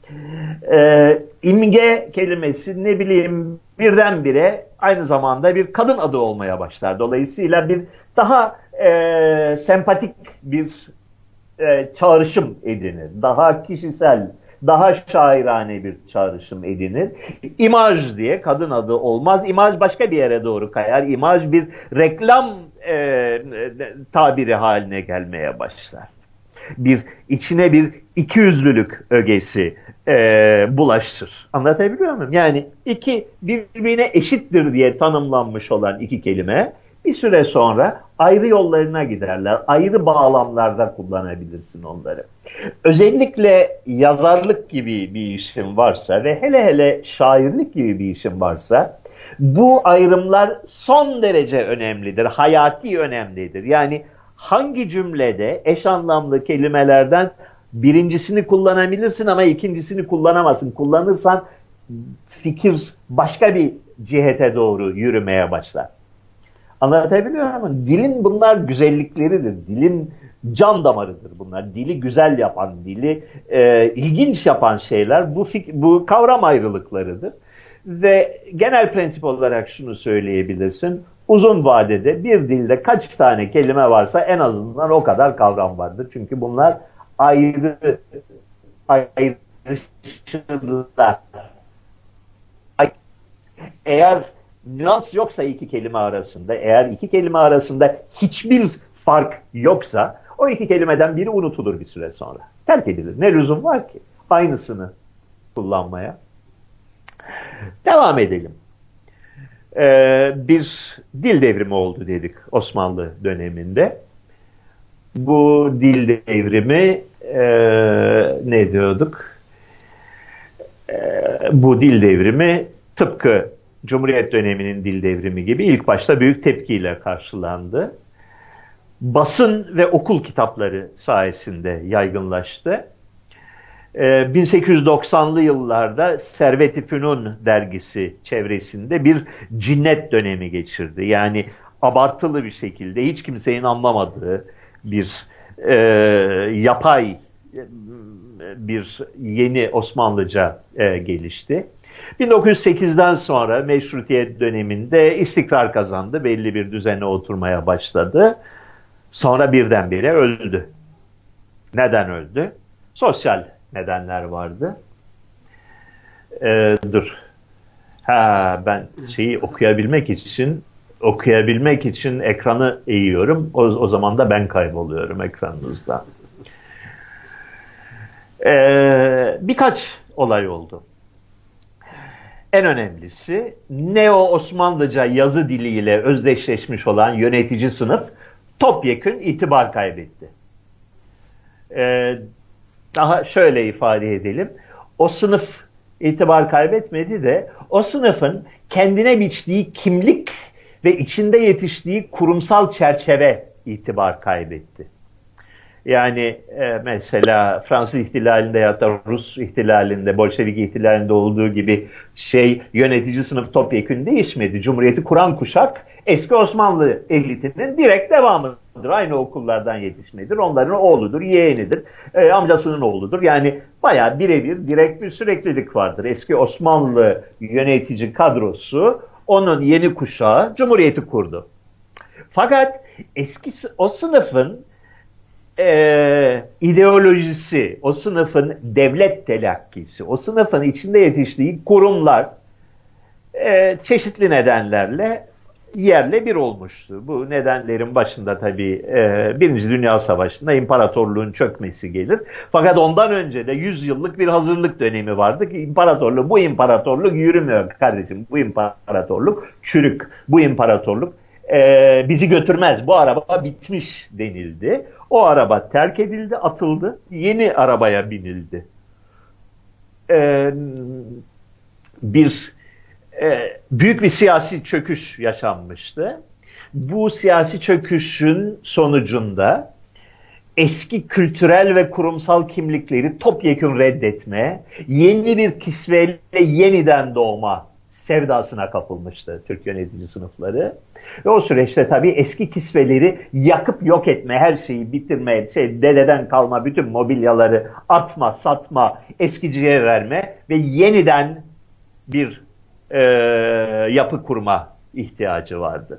Ee, imge kelimesi ne bileyim birdenbire aynı zamanda bir kadın adı olmaya başlar. Dolayısıyla bir daha e, sempatik bir e, çağrışım edinir. Daha kişisel, daha şairane bir çağrışım edinir. İmaj diye kadın adı olmaz. İmaj başka bir yere doğru kayar. İmaj bir reklam e, e, tabiri haline gelmeye başlar. Bir içine bir ikiyüzlülük ögesi e, bulaştır. Anlatabiliyor muyum? Yani iki birbirine eşittir diye tanımlanmış olan iki kelime bir süre sonra ayrı yollarına giderler. Ayrı bağlamlarda kullanabilirsin onları. Özellikle yazarlık gibi bir işin varsa ve hele hele şairlik gibi bir işin varsa bu ayrımlar son derece önemlidir. Hayati önemlidir. Yani hangi cümlede eş anlamlı kelimelerden birincisini kullanabilirsin ama ikincisini kullanamazsın. Kullanırsan fikir başka bir cihete doğru yürümeye başlar. Anlatabiliyor muyum? Dilin bunlar güzellikleridir. Dilin can damarıdır bunlar. Dili güzel yapan, dili e, ilginç yapan şeyler bu, bu kavram ayrılıklarıdır. Ve genel prensip olarak şunu söyleyebilirsin. Uzun vadede bir dilde kaç tane kelime varsa en azından o kadar kavram vardır. Çünkü bunlar ayrı ayrışırlar. Eğer nüans yoksa iki kelime arasında, eğer iki kelime arasında hiçbir fark yoksa o iki kelimeden biri unutulur bir süre sonra. Terk edilir. Ne lüzum var ki aynısını kullanmaya? Devam edelim. Ee, bir dil devrimi oldu dedik Osmanlı döneminde. Bu dil devrimi e, ne diyorduk? E, bu dil devrimi tıpkı Cumhuriyet döneminin dil devrimi gibi ilk başta büyük tepkiyle karşılandı. Basın ve okul kitapları sayesinde yaygınlaştı. Ee, bin sekiz yüz doksanlı yıllarda Servet-i Fünun dergisi çevresinde bir cinnet dönemi geçirdi. Yani abartılı bir şekilde hiç kimsenin anlamadığı bir e, yapay bir yeni Osmanlıca e, gelişti. bin dokuz yüz sekizden sonra Meşrutiyet döneminde istikrar kazandı. Belli bir düzene oturmaya başladı. Sonra birdenbire öldü. Neden öldü? Sosyal nedenler vardı. Ee, dur. Ha, ben şeyi okuyabilmek için okuyabilmek için ekranı eğiyorum. O, o zaman da ben kayboluyorum ekranınızda. Ee, birkaç olay oldu. En önemlisi Neo-Osmanlıca yazı diliyle özdeşleşmiş olan yönetici sınıf topyekün itibar kaybetti. Ee, daha şöyle ifade edelim. O sınıf itibar kaybetmedi de o sınıfın kendine biçtiği kimlik ve içinde yetiştiği kurumsal çerçeve itibar kaybetti. Yani e, mesela Fransız ihtilalinde ya da Rus ihtilalinde, Bolşevik ihtilalinde olduğu gibi şey yönetici sınıf topyekün değişmedi. Cumhuriyeti kuran kuşak eski Osmanlı elitinin direkt devamıdır. Aynı okullardan yetişmedir. Onların oğludur, yeğenidir, e, amcasının oğludur. Yani bayağı birebir direkt bir süreklilik vardır. Eski Osmanlı yönetici kadrosu, onun yeni kuşağı Cumhuriyeti kurdu. Fakat eski o sınıfın Ee, ideolojisi, o sınıfın devlet telakkisi, o sınıfın içinde yetiştiği kurumlar e, çeşitli nedenlerle yerle bir olmuştu. Bu nedenlerin başında tabii e, Birinci Dünya Savaşı'nda imparatorluğun çökmesi gelir. Fakat ondan önce de yüz yıllık bir hazırlık dönemi vardı ki imparatorluk, bu imparatorluk yürümüyor kardeşim. Bu imparatorluk çürük, bu imparatorluk e, bizi götürmez, bu araba bitmiş denildi. O araba terk edildi, atıldı. Yeni arabaya binildi. Ee, bir e, büyük bir siyasi çöküş yaşanmıştı. Bu siyasi çöküşün sonucunda eski kültürel ve kurumsal kimlikleri topyekün reddetme, yeni bir kisveyle yeniden doğma sevdasına kapılmıştı Türk yönetici sınıfları. Ve o süreçte tabii eski kisveleri yakıp yok etme, her şeyi bitirme, şey, dededen kalma bütün mobilyaları atma, satma, eskiciye verme ve yeniden bir e, yapı kurma ihtiyacı vardı.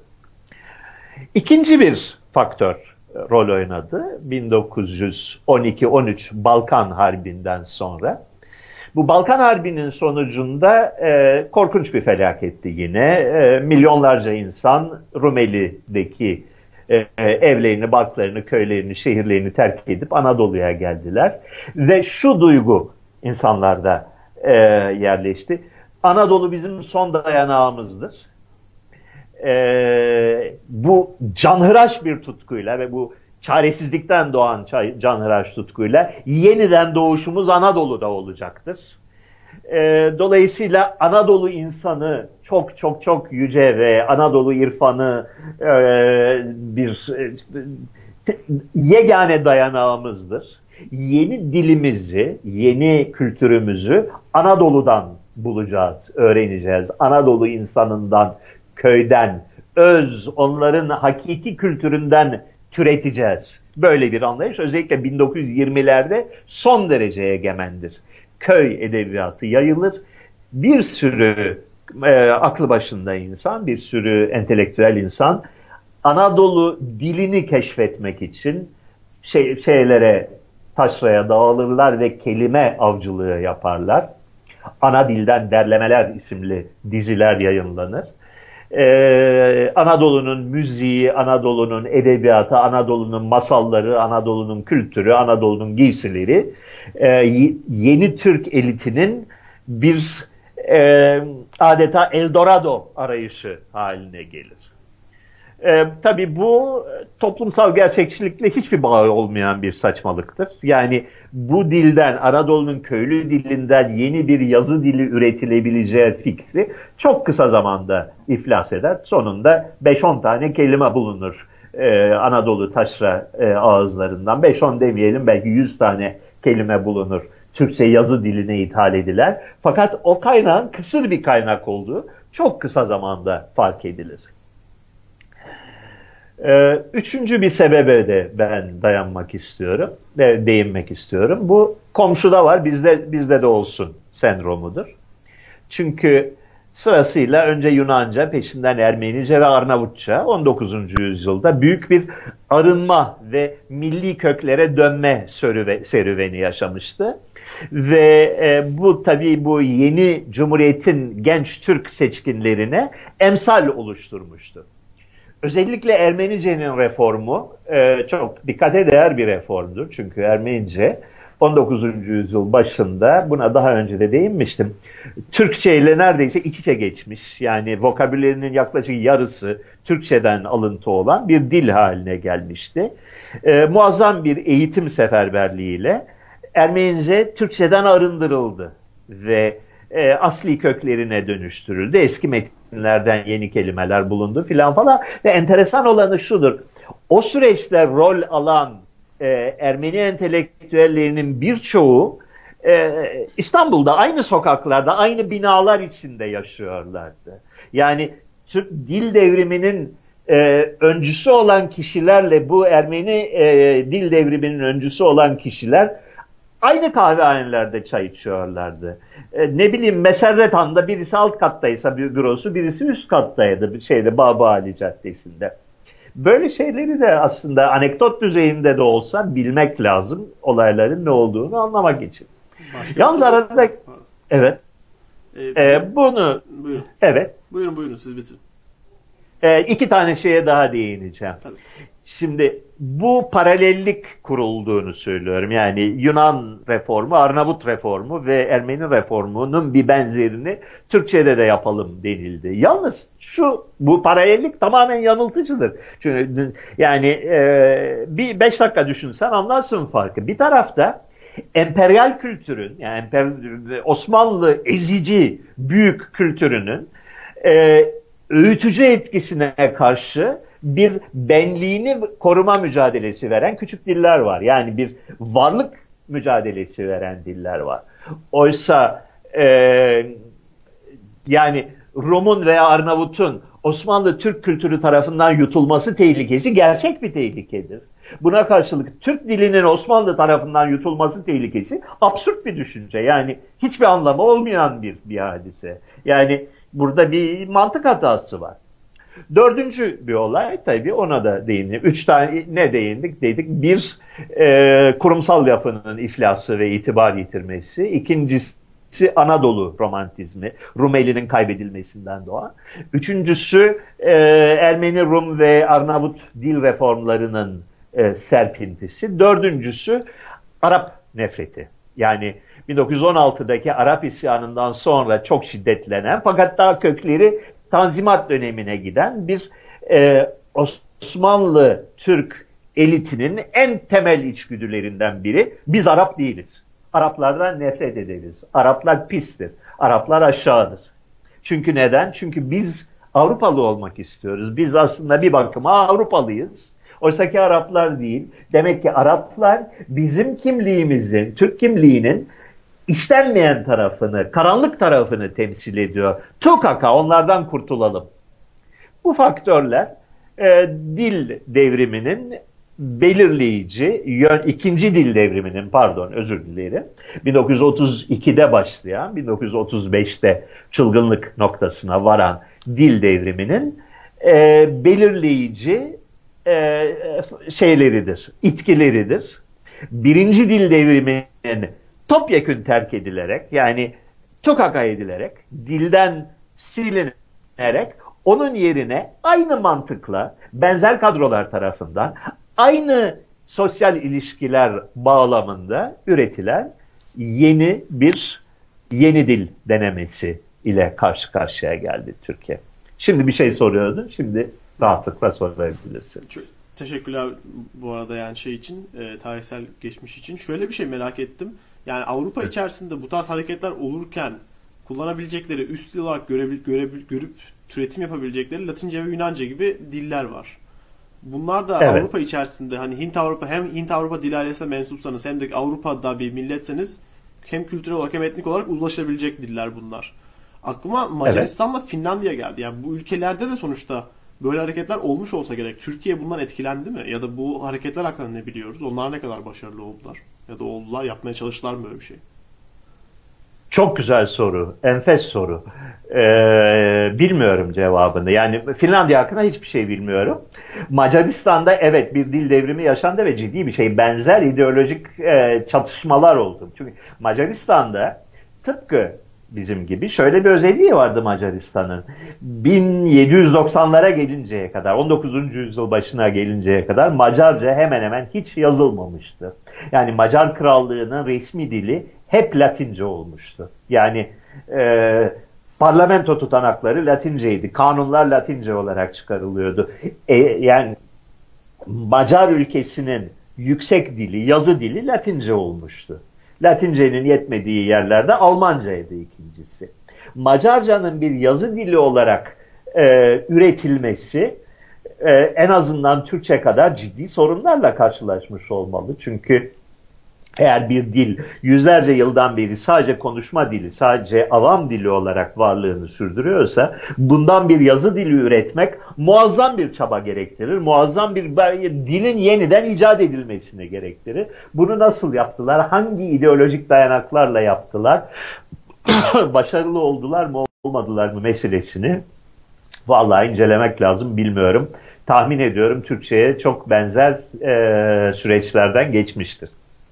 İkinci bir faktör rol oynadı. bin dokuz yüz on iki on üç Balkan Harbi'nden sonra. Bu Balkan Harbi'nin sonucunda e, korkunç bir felaketti yine. E, milyonlarca insan Rumeli'deki e, evlerini, barklarını, köylerini, şehirlerini terk edip Anadolu'ya geldiler. Ve şu duygu insanlarda e, yerleşti. Anadolu bizim son dayanağımızdır. E, bu canhıraş bir tutkuyla ve bu çaresizlikten doğan canhıraş tutkuyla yeniden doğuşumuz Anadolu'da olacaktır. E, dolayısıyla Anadolu insanı çok çok çok yüce ve Anadolu irfanı e, bir e, yegane dayanağımızdır. Yeni dilimizi, yeni kültürümüzü Anadolu'dan bulacağız, öğreneceğiz. Anadolu insanından, köyden, öz, onların hakiki kültüründen türeteceğiz. Böyle bir anlayış özellikle bin dokuz yüz yirmilerde son derece egemendir. Köy edebiyatı yayılır. Bir sürü e, aklı başında insan, bir sürü entelektüel insan Anadolu dilini keşfetmek için şey, şeylere, taşraya dağılırlar ve kelime avcılığı yaparlar. Ana Dilden Derlemeler isimli diziler yayınlanır. Ee, Anadolu'nun müziği, Anadolu'nun edebiyatı, Anadolu'nun masalları, Anadolu'nun kültürü, Anadolu'nun giysileri e, yeni Türk elitinin bir e, adeta Eldorado arayışı haline gelir. E, tabii bu toplumsal gerçekçilikle hiçbir bağı olmayan bir saçmalıktır. Yani bu dilden, Anadolu'nun köylü dilinden yeni bir yazı dili üretilebileceği fikri çok kısa zamanda iflas eder. Sonunda beş on tane kelime bulunur e, Anadolu taşra e, ağızlarından. beş on demeyelim, belki yüz tane kelime bulunur. Türkçe yazı diline ithal ediler. Fakat o kaynağın kısır bir kaynak olduğu çok kısa zamanda fark edilir. Ee, üçüncü bir sebebe de ben dayanmak istiyorum, de, değinmek istiyorum. Bu komşuda var, bizde bizde de olsun sendromudur. Çünkü sırasıyla önce Yunanca, peşinden Ermenice ve Arnavutça on dokuzuncu yüzyılda büyük bir arınma ve milli köklere dönme serüve, serüveni yaşamıştı. Ve e, bu tabii bu yeni Cumhuriyet'in genç Türk seçkinlerine emsal oluşturmuştu. Özellikle Ermenice'nin reformu e, çok dikkate değer bir reformdur. Çünkü Ermenice on dokuzuncu yüzyıl başında, buna daha önce de değinmiştim, Türkçe ile neredeyse iç içe geçmiş. Yani vokabülerinin yaklaşık yarısı Türkçeden alıntı olan bir dil haline gelmişti. E, muazzam bir eğitim seferberliğiyle Ermenice Türkçeden arındırıldı ve e, asli köklerine dönüştürüldü. Eski metinlerden yeni kelimeler bulundu filan falan. Ve enteresan olanı şudur. O süreçte rol alan e, Ermeni entelektüellerinin birçoğu e, İstanbul'da aynı sokaklarda, aynı binalar içinde yaşıyorlardı. Yani Türk dil devriminin e, öncüsü olan kişilerle bu Ermeni e, dil devriminin öncüsü olan kişiler aynı kahvehanelerde çay içiyorlardı. E, ne bileyim, Meserret Han'da birisi alt kattaysa bir bürosu, birisi üst kattaydı bir şeyde, Baba Ali Caddesi'nde. Böyle şeyleri de aslında anekdot düzeyinde de olsa bilmek lazım, olayların ne olduğunu anlamak için. Başka Yalnız arada evet. Ee, e, bunu buyurun. Evet. Buyurun buyurun siz bitirin. E, iki tane şeye daha değineceğim. Tabii. Şimdi bu paralellik kurulduğunu söylüyorum. Yani Yunan reformu, Arnavut reformu ve Ermeni reformunun bir benzerini Türkçe'de de yapalım denildi. Yalnız şu bu paralellik tamamen yanıltıcıdır. Çünkü yani e, bir beş dakika düşünsen anlarsın farkı. Bir tarafta emperyal kültürün, yani emper, Osmanlı ezici büyük kültürünün e, öğütücü etkisine karşı bir benliğini koruma mücadelesi veren küçük diller var. Yani bir varlık mücadelesi veren diller var. Oysa e, yani Rum'un veya Arnavut'un Osmanlı Türk kültürü tarafından yutulması tehlikesi gerçek bir tehlikedir. Buna karşılık Türk dilinin Osmanlı tarafından yutulması tehlikesi absürt bir düşünce. Yani hiçbir anlamı olmayan bir, bir hadise. Yani burada bir mantık hatası var. Dördüncü bir olay, tabii ona da değindik. Üç tane ne değindik dedik. Bir, e, kurumsal yapının iflası ve itibar yitirmesi. İkincisi Anadolu romantizmi, Rumeli'nin kaybedilmesinden doğan. Üçüncüsü e, Ermeni, Rum ve Arnavut dil reformlarının e, serpintisi. Dördüncüsü Arap nefreti. Yani bin dokuz yüz on altıdaki Arap isyanından sonra çok şiddetlenen fakat daha kökleri Tanzimat dönemine giden bir e, Osmanlı Türk elitinin en temel içgüdülerinden biri, biz Arap değiliz. Araplardan nefret ederiz. Araplar pistir. Araplar aşağıdır. Çünkü neden? Çünkü biz Avrupalı olmak istiyoruz. Biz aslında bir bakıma Avrupalıyız. Oysa ki Araplar değil. Demek ki Araplar bizim kimliğimizin, Türk kimliğinin İstenmeyen tarafını, karanlık tarafını temsil ediyor. Tukaka, onlardan kurtulalım. Bu faktörler e, dil devriminin belirleyici, yön, ikinci dil devriminin, pardon özür dilerim, bin dokuz yüz otuz ikide başlayan, bin dokuz yüz otuz beşte çılgınlık noktasına varan dil devriminin e, belirleyici e, şeyleridir, itkileridir. Birinci dil devriminin topyekün terk edilerek, yani tukaka edilerek, dilden silinerek Onun yerine aynı mantıkla benzer kadrolar tarafından aynı sosyal ilişkiler bağlamında üretilen yeni bir yeni dil denemesi ile karşı karşıya geldi Türkiye. Şimdi bir şey soruyordun, şimdi rahatlıkla sorabilirsin. Çok teşekkürler bu arada yani şey için, e, tarihsel geçmiş için. Şöyle bir şey merak ettim. Yani Avrupa evet. içerisinde bu tarz hareketler olurken kullanabilecekleri, üst dil olarak görebil, görebil, görüp türetim yapabilecekleri Latince ve Yunanca gibi diller var. Bunlar da evet. Avrupa içerisinde hani Hint Avrupa hem Hint Avrupa dil ailesine mensupsanız hem de Avrupa'da bir milletseniz hem kültürel olarak hem etnik olarak uzlaşabilecek diller bunlar. Aklıma Macaristan'la evet. Finlandiya geldi. Yani bu ülkelerde de sonuçta böyle hareketler olmuş olsa gerek. Türkiye bundan etkilendi mi? Ya da bu hareketler hakkında ne biliyoruz? Onlar ne kadar başarılı oldular? Ya da oldular, yapmaya çalıştılar mı böyle bir şey? Çok güzel soru. Enfes soru. Ee, bilmiyorum cevabını. Yani Finlandiya hakkında hiçbir şey bilmiyorum. Macaristan'da evet bir dil devrimi yaşandı ve ciddi bir şey. Benzer ideolojik e, çatışmalar oldu. Çünkü Macaristan'da tıpkı bizim gibi şöyle bir özelliği vardı Macaristan'ın. bin yedi yüz doksanlara gelinceye kadar, on dokuzuncu yüzyıl başına gelinceye kadar Macarca hemen hemen hiç yazılmamıştı. Yani Macar Krallığı'nın resmi dili hep Latince olmuştu. Yani e, parlamento tutanakları Latinceydi. Kanunlar Latince olarak çıkarılıyordu. E, yani Macar ülkesinin yüksek dili, yazı dili Latince olmuştu. Latince'nin yetmediği yerlerde Almancaydı ikincisi. Macarcanın bir yazı dili olarak e, üretilmesi e, en azından Türkçe kadar ciddi sorunlarla karşılaşmış olmalı. Çünkü eğer bir dil yüzlerce yıldan beri sadece konuşma dili, sadece avam dili olarak varlığını sürdürüyorsa bundan bir yazı dili üretmek muazzam bir çaba gerektirir. Muazzam bir dilin yeniden icat edilmesini gerektirir. Bunu nasıl yaptılar? Hangi ideolojik dayanaklarla yaptılar? Başarılı oldular mı olmadılar mı meselesini vallahi incelemek lazım, bilmiyorum. Tahmin ediyorum Türkçe'ye çok benzer e, süreçlerden geçmiştir.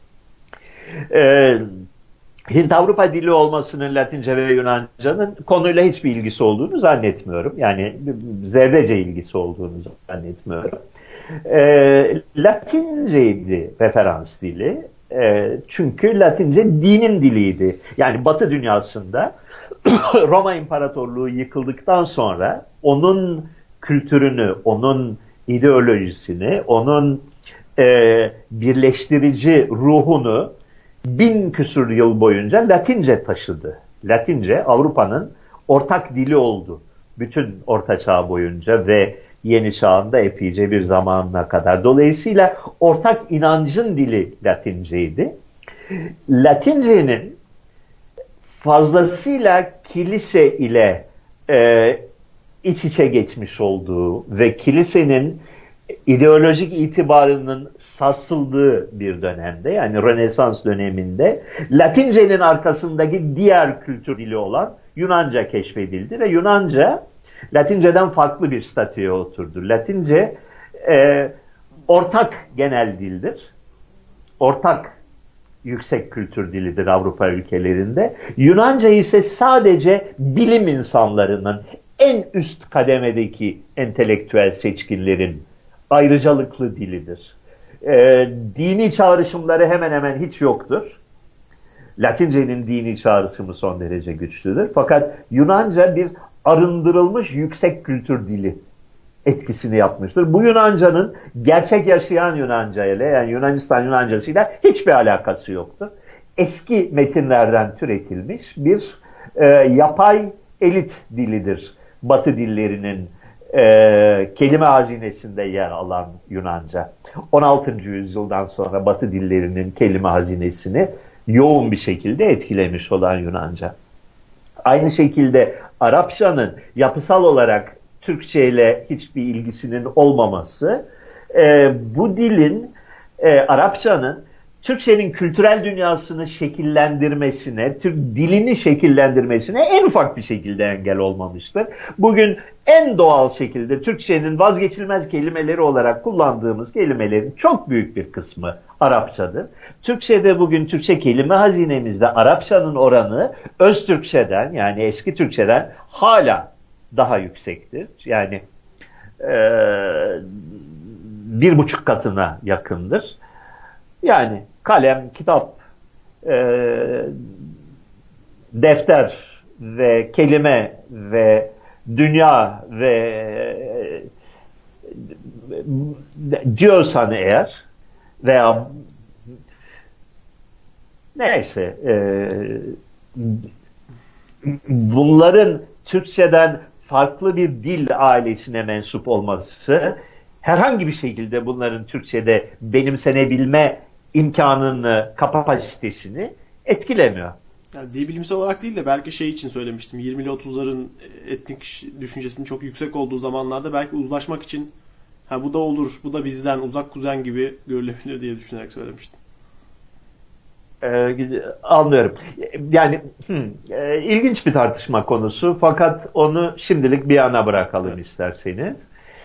Ee, Hint-Avrupa dili olmasının Latince ve Yunanca'nın konuyla hiçbir ilgisi olduğunu zannetmiyorum. Yani zerrece ilgisi olduğunu zannetmiyorum. Ee, Latinceydi referans dili. Ee, çünkü Latince dinin diliydi. Yani Batı dünyasında Roma İmparatorluğu yıkıldıktan sonra onun kültürünü, onun ideolojisini, onun e, birleştirici ruhunu bin küsur yıl boyunca Latince taşıdı. Latince Avrupa'nın ortak dili oldu. Bütün Orta Çağ boyunca ve Yeni Çağ'ında epeyce bir zamanına kadar. Dolayısıyla ortak inancın dili Latinceydi. Latince'nin fazlasıyla kilise ile e, iç içe geçmiş olduğu ve kilisenin ideolojik itibarının sarsıldığı bir dönemde, yani Rönesans döneminde Latince'nin arkasındaki diğer kültür dili olan Yunanca keşfedildi ve Yunanca Latince'den farklı bir statüye oturdu. Latince e, ortak genel dildir. Ortak yüksek kültür dilidir Avrupa ülkelerinde. Yunanca ise sadece bilim insanlarının, en üst kademedeki entelektüel seçkinlerin ayrıcalıklı dilidir. E, dini çağrışımları hemen hemen hiç yoktur. Latince'nin dini çağrışımı son derece güçlüdür. Fakat Yunanca bir arındırılmış yüksek kültür dili etkisini yapmıştır. Bu Yunanca'nın gerçek yaşayan Yunanca ile, yani Yunanistan Yunancasıyla hiçbir alakası yoktur. Eski metinlerden türetilmiş bir e, yapay elit dilidir. Batı dillerinin e, kelime hazinesinde yer alan Yunanca. on altıncı yüzyıldan sonra Batı dillerinin kelime hazinesini yoğun bir şekilde etkilemiş olan Yunanca. Aynı şekilde Arapçanın yapısal olarak Türkçe ile hiçbir ilgisinin olmaması, e, bu dilin, e, Arapçanın Türkçenin kültürel dünyasını şekillendirmesine, Türk dilini şekillendirmesine en ufak bir şekilde engel olmamıştır. Bugün en doğal şekilde Türkçenin vazgeçilmez kelimeleri olarak kullandığımız kelimelerin çok büyük bir kısmı Arapçadır. Türkçe'de bugün Türkçe kelime hazinemizde Arapçanın oranı Öztürkçeden, yani eski Türkçeden hala daha yüksektir. Yani e, bir buçuk katına yakındır. Yani kalem, kitap, e, defter ve kelime ve dünya ve e, diyorsan eğer veya neyse e, bunların Türkçeden farklı bir dil ailesine mensup olması herhangi bir şekilde bunların Türkçede benimsenebilme imkanını, kapasitesini etkilemiyor. Yani dil bilimsel olarak değil de belki şey için söylemiştim. yirmili otuzların etnik düşüncesinin çok yüksek olduğu zamanlarda belki uzlaşmak için ha bu da olur, bu da bizden, uzak kuzen gibi görülebilir diye düşünerek söylemiştim. Ee, anlıyorum. Yani hmm, e, ilginç bir tartışma konusu fakat onu şimdilik bir yana bırakalım evet. isterseniz.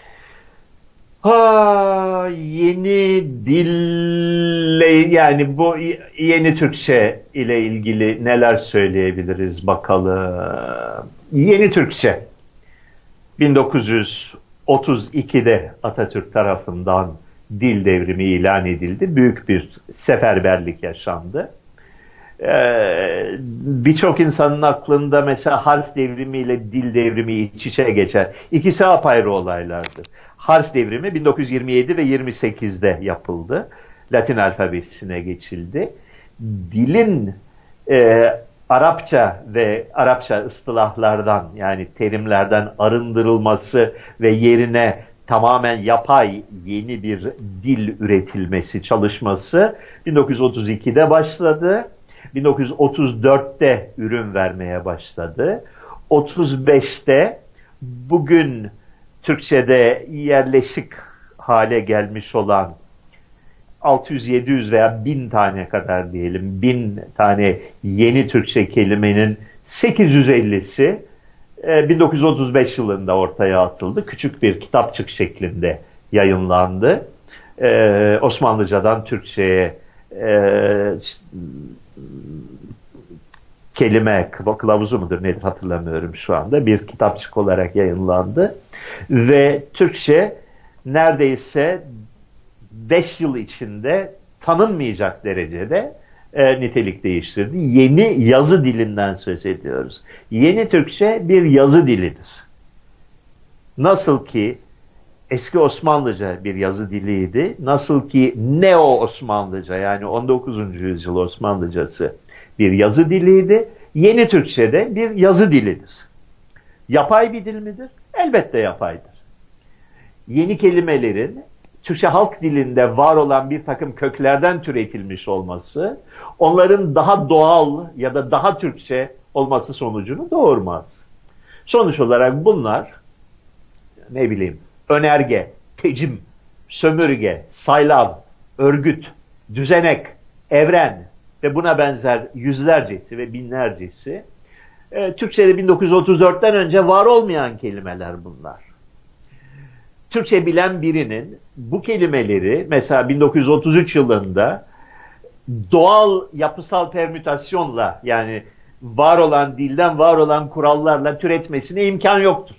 Ha, yeni dille yani bu yeni Türkçe ile ilgili neler söyleyebiliriz bakalım. Yeni Türkçe bin dokuz yüz otuz ikide Atatürk tarafından dil devrimi ilan edildi. Büyük bir seferberlik yaşandı. Ee, Birçok insanın aklında mesela harf devrimi ile dil devrimi iç içe geçer. İkisi apayrı olaylardır. Harf devrimi bin dokuz yüz yirmi yedi ve yirmi sekizde yapıldı. Latin alfabesine geçildi. Dilin e, Arapça ve Arapça ıstılahlardan yani terimlerden arındırılması ve yerine tamamen yapay yeni bir dil üretilmesi çalışması bin dokuz yüz otuz ikide başladı. bin dokuz yüz otuz dörtte ürün vermeye başladı. otuz beşte bugün Türkçe'de yerleşik hale gelmiş olan altı yüz yedi yüz veya bin tane kadar diyelim, bin tane yeni Türkçe kelimenin sekiz yüz ellisi bin dokuz yüz otuz beş yılında ortaya atıldı. Küçük bir kitapçık şeklinde yayınlandı. Ee, Osmanlıcadan Türkçe'ye e, kelime kılavuzu mudur nedir hatırlamıyorum şu anda. Bir kitapçık olarak yayınlandı. Ve Türkçe neredeyse beş yıl içinde tanınmayacak derecede e, nitelik değiştirdi. Yeni yazı dilinden söz ediyoruz. Yeni Türkçe bir yazı dilidir. Nasıl ki eski Osmanlıca bir yazı diliydi, nasıl ki Neo-Osmanlıca yani on dokuzuncu yüzyıl Osmanlıcası bir yazı diliydi, yeni Türkçe'de bir yazı dilidir. Yapay bir dil midir? Elbette yapaydır. Yeni kelimelerin Türkçe halk dilinde var olan bir takım köklerden türetilmiş olması, onların daha doğal ya da daha Türkçe olması sonucunu doğurmaz. Sonuç olarak bunlar, ne bileyim, önerge, tecim, sömürge, saylav, örgüt, düzenek, evren ve buna benzer yüzlercesi ve binlercesi, e, Türkçe'de bin dokuz yüz otuz dörtten önce var olmayan kelimeler bunlar. Türkçe bilen birinin bu kelimeleri mesela bin dokuz yüz otuz üç yılında doğal yapısal permütasyonla yani var olan dilden var olan kurallarla türetmesine imkan yoktur.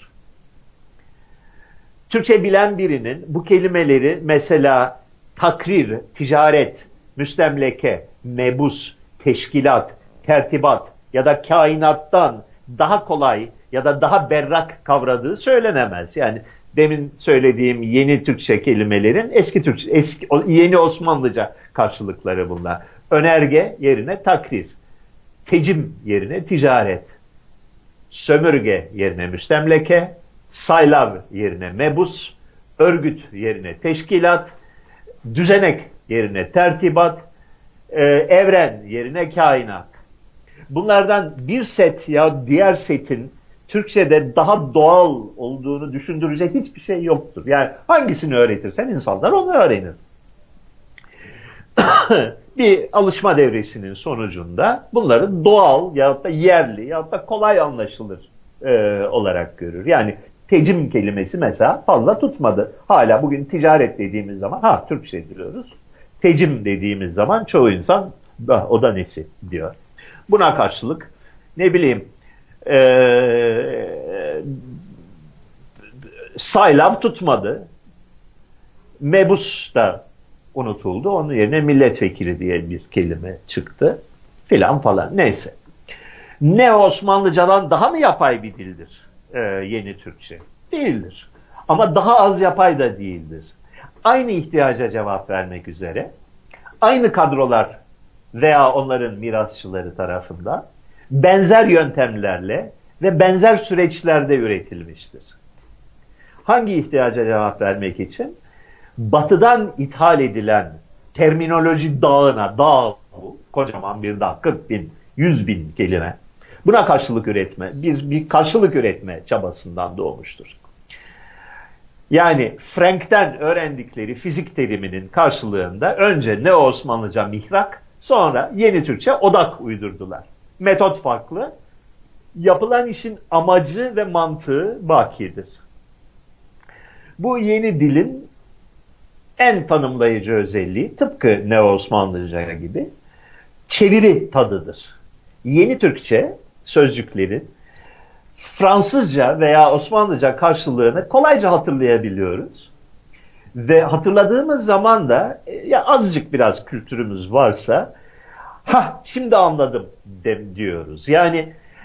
Türkçe bilen birinin bu kelimeleri mesela takrir, ticaret, müstemleke, mebus, teşkilat, tertibat ya da kainattan daha kolay ya da daha berrak kavradığı söylenemez. Yani demin söylediğim yeni Türkçe kelimelerin eski Türkçe, eski yeni Osmanlıca karşılıkları bunlar. Önerge yerine takrir, tecim yerine ticaret, sömürge yerine müstemleke, saylav yerine mebus, örgüt yerine teşkilat, düzenek yerine tertibat, e, evren yerine kainat. Bunlardan bir set ya diğer setin Türkçe'de daha doğal olduğunu düşündürecek hiçbir şey yoktur. Yani hangisini öğretirsen insanlar onu öğrenir. Bir alışma devresinin sonucunda bunları doğal ya da yerli ya da kolay anlaşılır e, olarak görür. Yani tecim kelimesi mesela fazla tutmadı. Hala bugün ticaret dediğimiz zaman ha Türkçe diyoruz. Tecim dediğimiz zaman çoğu insan o da nesi diyor. Buna karşılık ne bileyim Ee, saylam tutmadı. Mebus da unutuldu. Onun yerine milletvekili diye bir kelime çıktı. Filan falan. Neyse. Ne Osmanlıcadan daha mı yapay bir dildir e, yeni Türkçe? Değildir. Ama daha az yapay da değildir. Aynı ihtiyaca cevap vermek üzere aynı kadrolar veya onların mirasçıları tarafından benzer yöntemlerle ve benzer süreçlerde üretilmiştir. Hangi ihtiyaca cevap vermek için? Batıdan ithal edilen terminoloji dağına, dağ bu, kocaman bir dağ, kırk bin, yüz bin kelime. Buna karşılık üretme, bir, bir karşılık üretme çabasından doğmuştur. Yani Frank'ten öğrendikleri fizik teriminin karşılığında önce Neo-Osmanlıca mihrak, sonra yeni Türkçe odak uydurdular. Metot farklı, yapılan işin amacı ve mantığı bakidir. Bu yeni dilin en tanımlayıcı özelliği tıpkı Neo-Osmanlıca gibi çeviri tadıdır. Yeni Türkçe sözcüklerin Fransızca veya Osmanlıca karşılığını kolayca hatırlayabiliyoruz. Ve hatırladığımız zaman da ya azıcık biraz kültürümüz varsa ha şimdi anladım dem diyoruz. Yani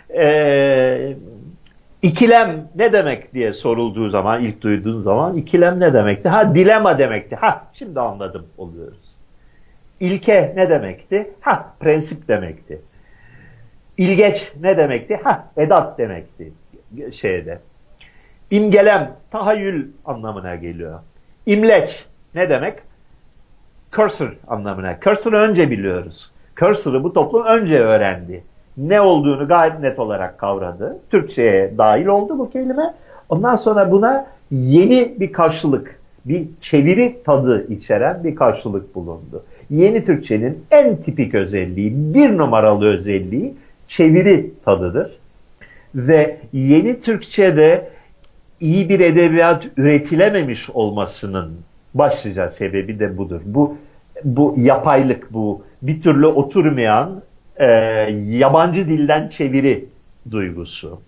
e, ikilem ne demek diye sorulduğu zaman, ilk duyduğun zaman ikilem ne demekti? Ha dilema demekti. Ha şimdi anladım oluyoruz. İlke ne demekti? Ha prensip demekti. İlgeç ne demekti? Ha edat demekti şeyde. İmgelem, tahayyül anlamına geliyor. İmleç ne demek? Cursor anlamına. Cursor'ı önce biliyoruz. Cursor'ı bu toplum önce öğrendi. Ne olduğunu gayet net olarak kavradı. Türkçe'ye dahil oldu bu kelime. Ondan sonra buna yeni bir karşılık, bir çeviri tadı içeren bir karşılık bulundu. Yeni Türkçenin en tipik özelliği, bir numaralı özelliği çeviri tadıdır. Ve yeni Türkçe'de iyi bir edebiyat üretilememiş olmasının başlıca sebebi de budur. Bu bu yapaylık, bu bir türlü oturmayan e, yabancı dilden çeviri duygusu.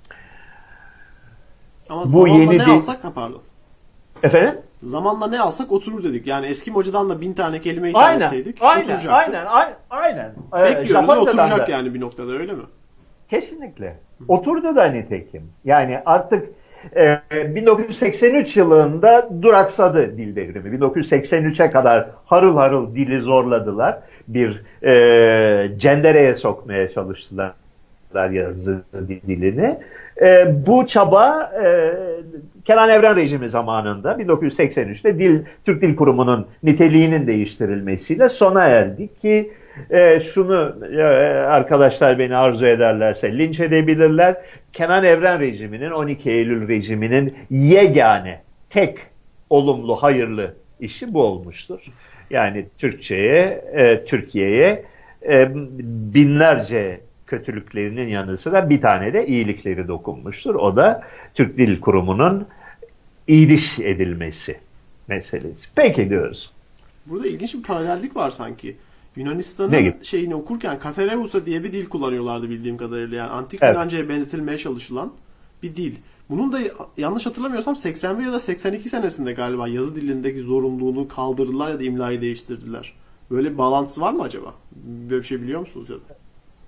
Ama bu zamanla yeni ne dil... alsak ha pardon. Efendim? Zamanla ne alsak oturur dedik. Yani eski mocadan da bin tane kelime ithal aynen, etseydik aynen, oturacaktı. aynen, aynen, aynen. Bekliyoruz ve oturacak da... yani bir noktada öyle mi? Kesinlikle. Oturdu da nitekim. Yani artık e, bin dokuz yüz seksen üç yılında duraksadı dil devrimi. bin dokuz yüz seksen üçe kadar harıl harıl dili zorladılar. Bir e, cendereye sokmaya çalıştılar yazı dilini. E, bu çaba e, Kenan Evren rejimi zamanında bin dokuz yüz seksen üçte Dil Türk Dil Kurumu'nun niteliğinin değiştirilmesiyle sona erdi ki e, şunu e, arkadaşlar beni arzu ederlerse linç edebilirler. Kenan Evren rejiminin on iki Eylül rejiminin yegane tek olumlu hayırlı işi bu olmuştur. Yani Türkçe'ye, e, Türkiye'ye e, binlerce kötülüklerinin yanı sıra bir tane de iyilikleri dokunmuştur. O da Türk Dil Kurumu'nun iyiliş edilmesi meselesi. Peki diyoruz. Burada ilginç bir paralellik var sanki. Yunanistan'ın şeyini okurken Katerevousa diye bir dil kullanıyorlardı bildiğim kadarıyla. Yani antik evet. Yunanca'ya benzetilmeye çalışılan bir dil. Bunun da yanlış hatırlamıyorsam seksen bir ya da seksen iki senesinde galiba yazı dilindeki zorunluluğunu kaldırdılar ya da imlayı değiştirdiler. Böyle bir bağlantısı var mı acaba? Böyle bir şey biliyor musunuz ya da?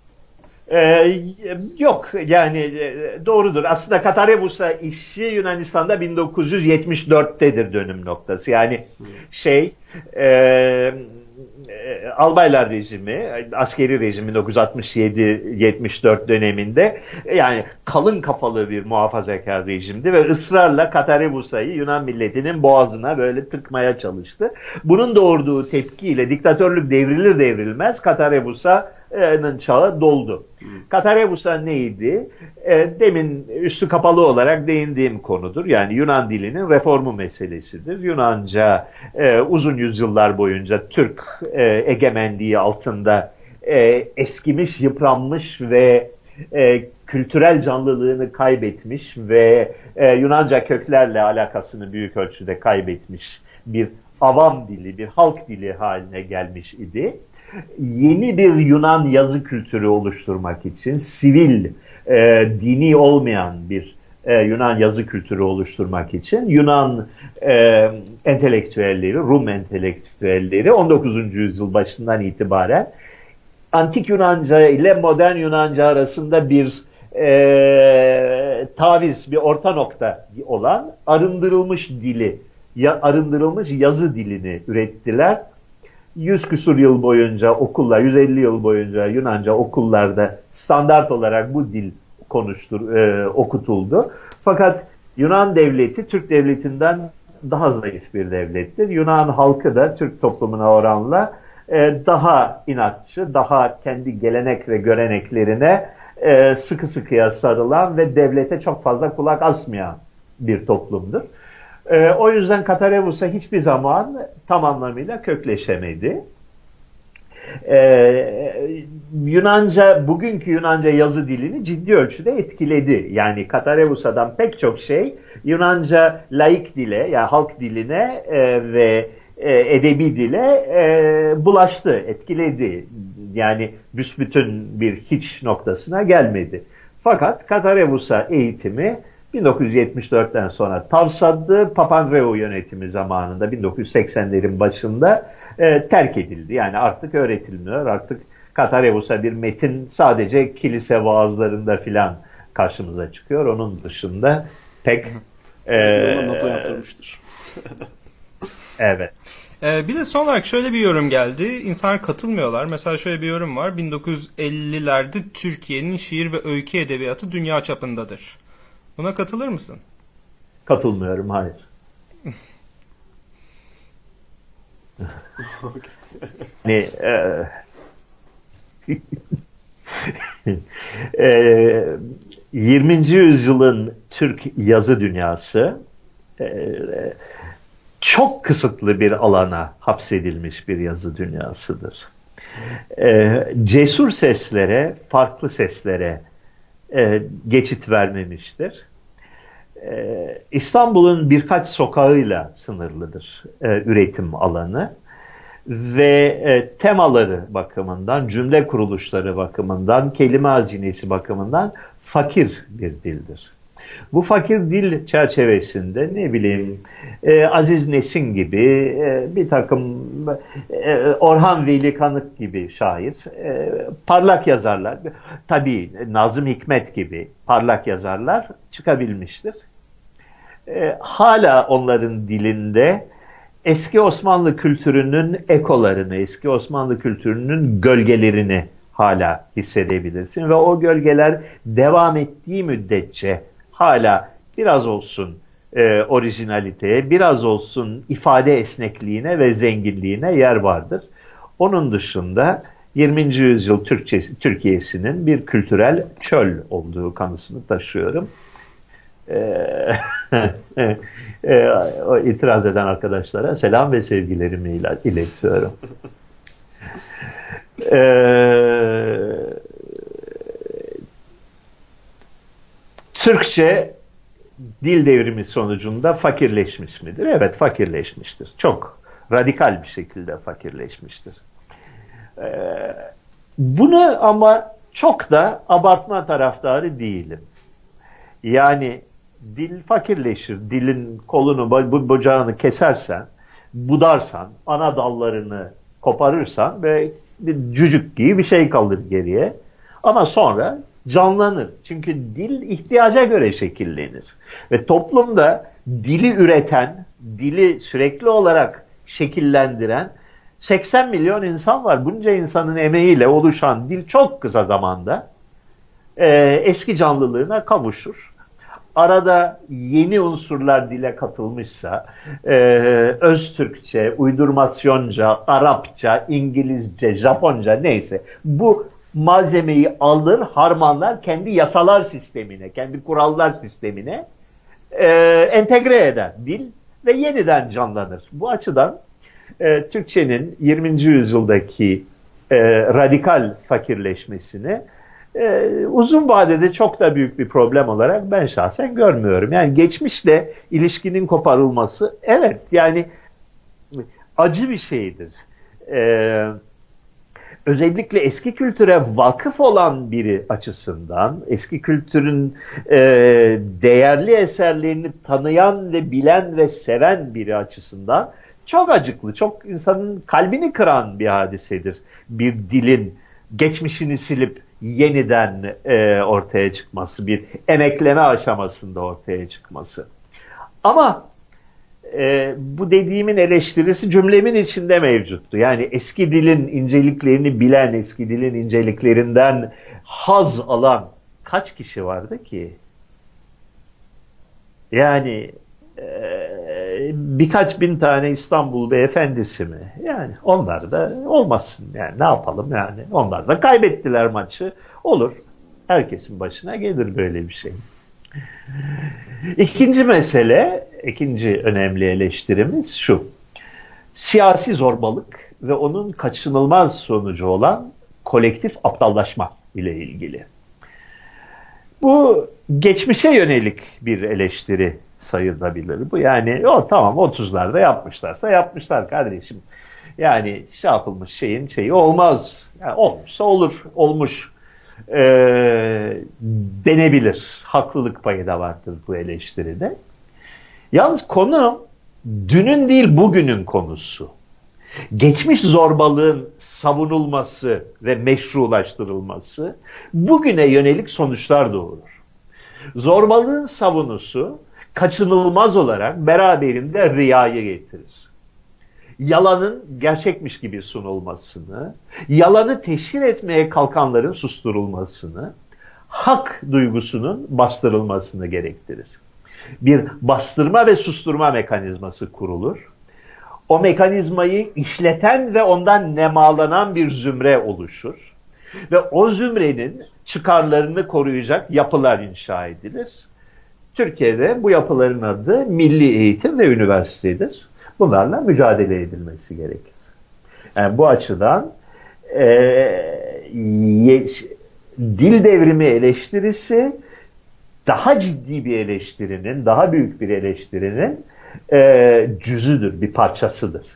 Ee, yok yani doğrudur. Aslında Katerevousa işi Yunanistan'da bin dokuz yüz yetmiş dörttedir dönüm noktası. Yani hmm. şey e, e, albaylar rejimi, askeri rejim bin dokuz yüz altmış yedi yetmiş dört döneminde yani kalın kafalı bir muhafazakar rejimdi ve ısrarla Katerevousa'yı Yunan milletinin boğazına böyle tıkmaya çalıştı. Bunun doğurduğu tepkiyle diktatörlük devrilir devrilmez Katerevousa çağı doldu. Hmm. Katerevousa neydi? E, demin üstü kapalı olarak değindiğim konudur. Yani Yunan dilinin reformu meselesidir. Yunanca e, uzun yüzyıllar boyunca Türk e, egemenliği altında e, eskimiş, yıpranmış ve e, kültürel canlılığını kaybetmiş ve e, Yunanca köklerle alakasını büyük ölçüde kaybetmiş bir avam dili, bir halk dili haline gelmiş idi. Yeni bir Yunan yazı kültürü oluşturmak için sivil, e, dini olmayan bir e, Yunan yazı kültürü oluşturmak için Yunan e, entelektüelleri, Rum entelektüelleri on dokuzuncu yüzyıl başından itibaren Antik Yunanca ile modern Yunanca arasında bir e, taviz, bir orta nokta olan arındırılmış dili, ya, arındırılmış yazı dilini ürettiler. yüz küsur yıl boyunca okullar, yüz elli yıl boyunca Yunanca okullarda standart olarak bu dil konuştur, e, okutuldu. Fakat Yunan devleti Türk devletinden daha zayıf bir devlettir. Yunan halkı da Türk toplumuna oranla e, daha inatçı, daha kendi gelenek ve göreneklerine e, sıkı sıkıya sarılan ve devlete çok fazla kulak asmayan bir toplumdur. E, o yüzden Katarevus'a hiçbir zaman tam anlamıyla kökleşemedi. Ee, Yunanca, bugünkü Yunanca yazı dilini ciddi ölçüde etkiledi. Yani Katarevus'dan pek çok şey Yunanca laik dile, yani halk diline e, ve e, edebi dile e, bulaştı, etkiledi. Yani büsbütün bir hiç noktasına gelmedi. Fakat Katarevus'a eğitimi bin dokuz yüz yetmiş dörtten sonra tavsadı. Papandreou yönetimi zamanında bin dokuz yüz seksenlerin başında e, terk edildi. Yani artık öğretilmiyor. Artık Katarevus'a bir metin sadece kilise vaazlarında filan karşımıza çıkıyor. Onun dışında pek e, nota yaptırmıştır. Evet. Ee, bir de son olarak şöyle bir yorum geldi. İnsanlar katılmıyorlar. Mesela şöyle bir yorum var. bin dokuz yüz ellilerde Türkiye'nin şiir ve öykü edebiyatı dünya çapındadır. Buna katılır mısın? Katılmıyorum, hayır. Yani, e, e, yirminci yüzyılın Türk yazı dünyası e, çok kısıtlı bir alana hapsedilmiş bir yazı dünyasıdır. E, cesur seslere, farklı seslere e, geçit vermemiştir. E, İstanbul'un birkaç sokağıyla sınırlıdır e, üretim alanı ve e, temaları bakımından, cümle kuruluşları bakımından, kelime hazinesi bakımından fakir bir dildir. Bu fakir dil çerçevesinde ne bileyim e, Aziz Nesin gibi e, bir takım e, Orhan Veli Kanık gibi şair, e, parlak yazarlar, tabii Nazım Hikmet gibi parlak yazarlar çıkabilmiştir. E, hala onların dilinde eski Osmanlı kültürünün ekolarını, eski Osmanlı kültürünün gölgelerini hala hissedebilirsin ve o gölgeler devam ettiği müddetçe hala biraz olsun e, orijinaliteye, biraz olsun ifade esnekliğine ve zenginliğine yer vardır. Onun dışında yirminci yüzyıl Türkçesi, Türkiye'sinin bir kültürel çöl olduğu kanısını taşıyorum. E, e, o itiraz eden arkadaşlara selam ve sevgilerimi iletiyorum. Eee Türkçe dil devrimi sonucunda fakirleşmiş midir? Evet, fakirleşmiştir. Çok radikal bir şekilde fakirleşmiştir. Ee, bunu ama çok da abartma taraftarı değilim. Yani dil fakirleşir. Dilin kolunu, bacağını kesersen, budarsan, ana dallarını koparırsan ve bir cücük gibi bir şey kalır geriye. Ama sonra canlanır. Çünkü dil ihtiyaca göre şekillenir. Ve toplumda dili üreten, dili sürekli olarak şekillendiren seksen milyon insan var. Bunca insanın emeğiyle oluşan dil çok kısa zamanda e, eski canlılığına kavuşur. Arada yeni unsurlar dile katılmışsa, e, Öztürkçe, uydurmasyonca, Arapça, İngilizce, Japonca neyse bu malzemeyi alır, harmanlar, kendi yasalar sistemine, kendi kurallar sistemine e, entegre eder dil ve yeniden canlanır. Bu açıdan e, Türkçenin yirminci yüzyıldaki e, radikal fakirleşmesini e, uzun vadede çok da büyük bir problem olarak ben şahsen görmüyorum. Yani geçmişle ilişkinin koparılması, evet yani acı bir şeydir. Evet. özellikle eski kültüre vakıf olan biri açısından, eski kültürün e, değerli eserlerini tanıyan ve bilen ve seven biri açısından çok acıklı, çok insanın kalbini kıran bir hadisedir. Bir dilin geçmişini silip yeniden e, ortaya çıkması, bir emekleme aşamasında ortaya çıkması. Ama e, bu dediğimin eleştirisi cümlemin içinde mevcuttu. Yani eski dilin inceliklerini bilen, eski dilin inceliklerinden haz alan kaç kişi vardı ki? Yani e, birkaç bin tane İstanbul beyefendisi mi? Yani onlar da olmasın. Yani ne yapalım yani? Onlar da kaybettiler maçı. Olur. Herkesin başına gelir böyle bir şey. İkinci mesele, ikinci önemli eleştirimiz şu. Siyasi zorbalık ve onun kaçınılmaz sonucu olan kolektif aptallaşma ile ilgili. Bu geçmişe yönelik bir eleştiri sayılabilir. Bu yani o tamam otuzlarda yapmışlarsa yapmışlar kardeşim. Yani şey yapılmış şeyin şeyi olmaz. Yani olmuşsa olur, olmuş e, denebilir. Haklılık payı da vardır bu eleştiride. Yalnız konu dünün değil bugünün konusu. Geçmiş zorbalığın savunulması ve meşrulaştırılması bugüne yönelik sonuçlar doğurur. Zorbalığın savunusu kaçınılmaz olarak beraberinde riyayı getirir. Yalanın gerçekmiş gibi sunulmasını, yalanı teşhir etmeye kalkanların susturulmasını, hak duygusunun bastırılmasını gerektirir. Bir bastırma ve susturma mekanizması kurulur. O mekanizmayı işleten ve ondan nemalanan bir zümre oluşur. Ve o zümrenin çıkarlarını koruyacak yapılar inşa edilir. Türkiye'de bu yapıların adı milli eğitim ve üniversitedir. Bunlarla mücadele edilmesi gerekir. Yani bu açıdan e, ye, dil devrimi eleştirisi daha ciddi bir eleştirinin, daha büyük bir eleştirinin e, cüzüdür, bir parçasıdır.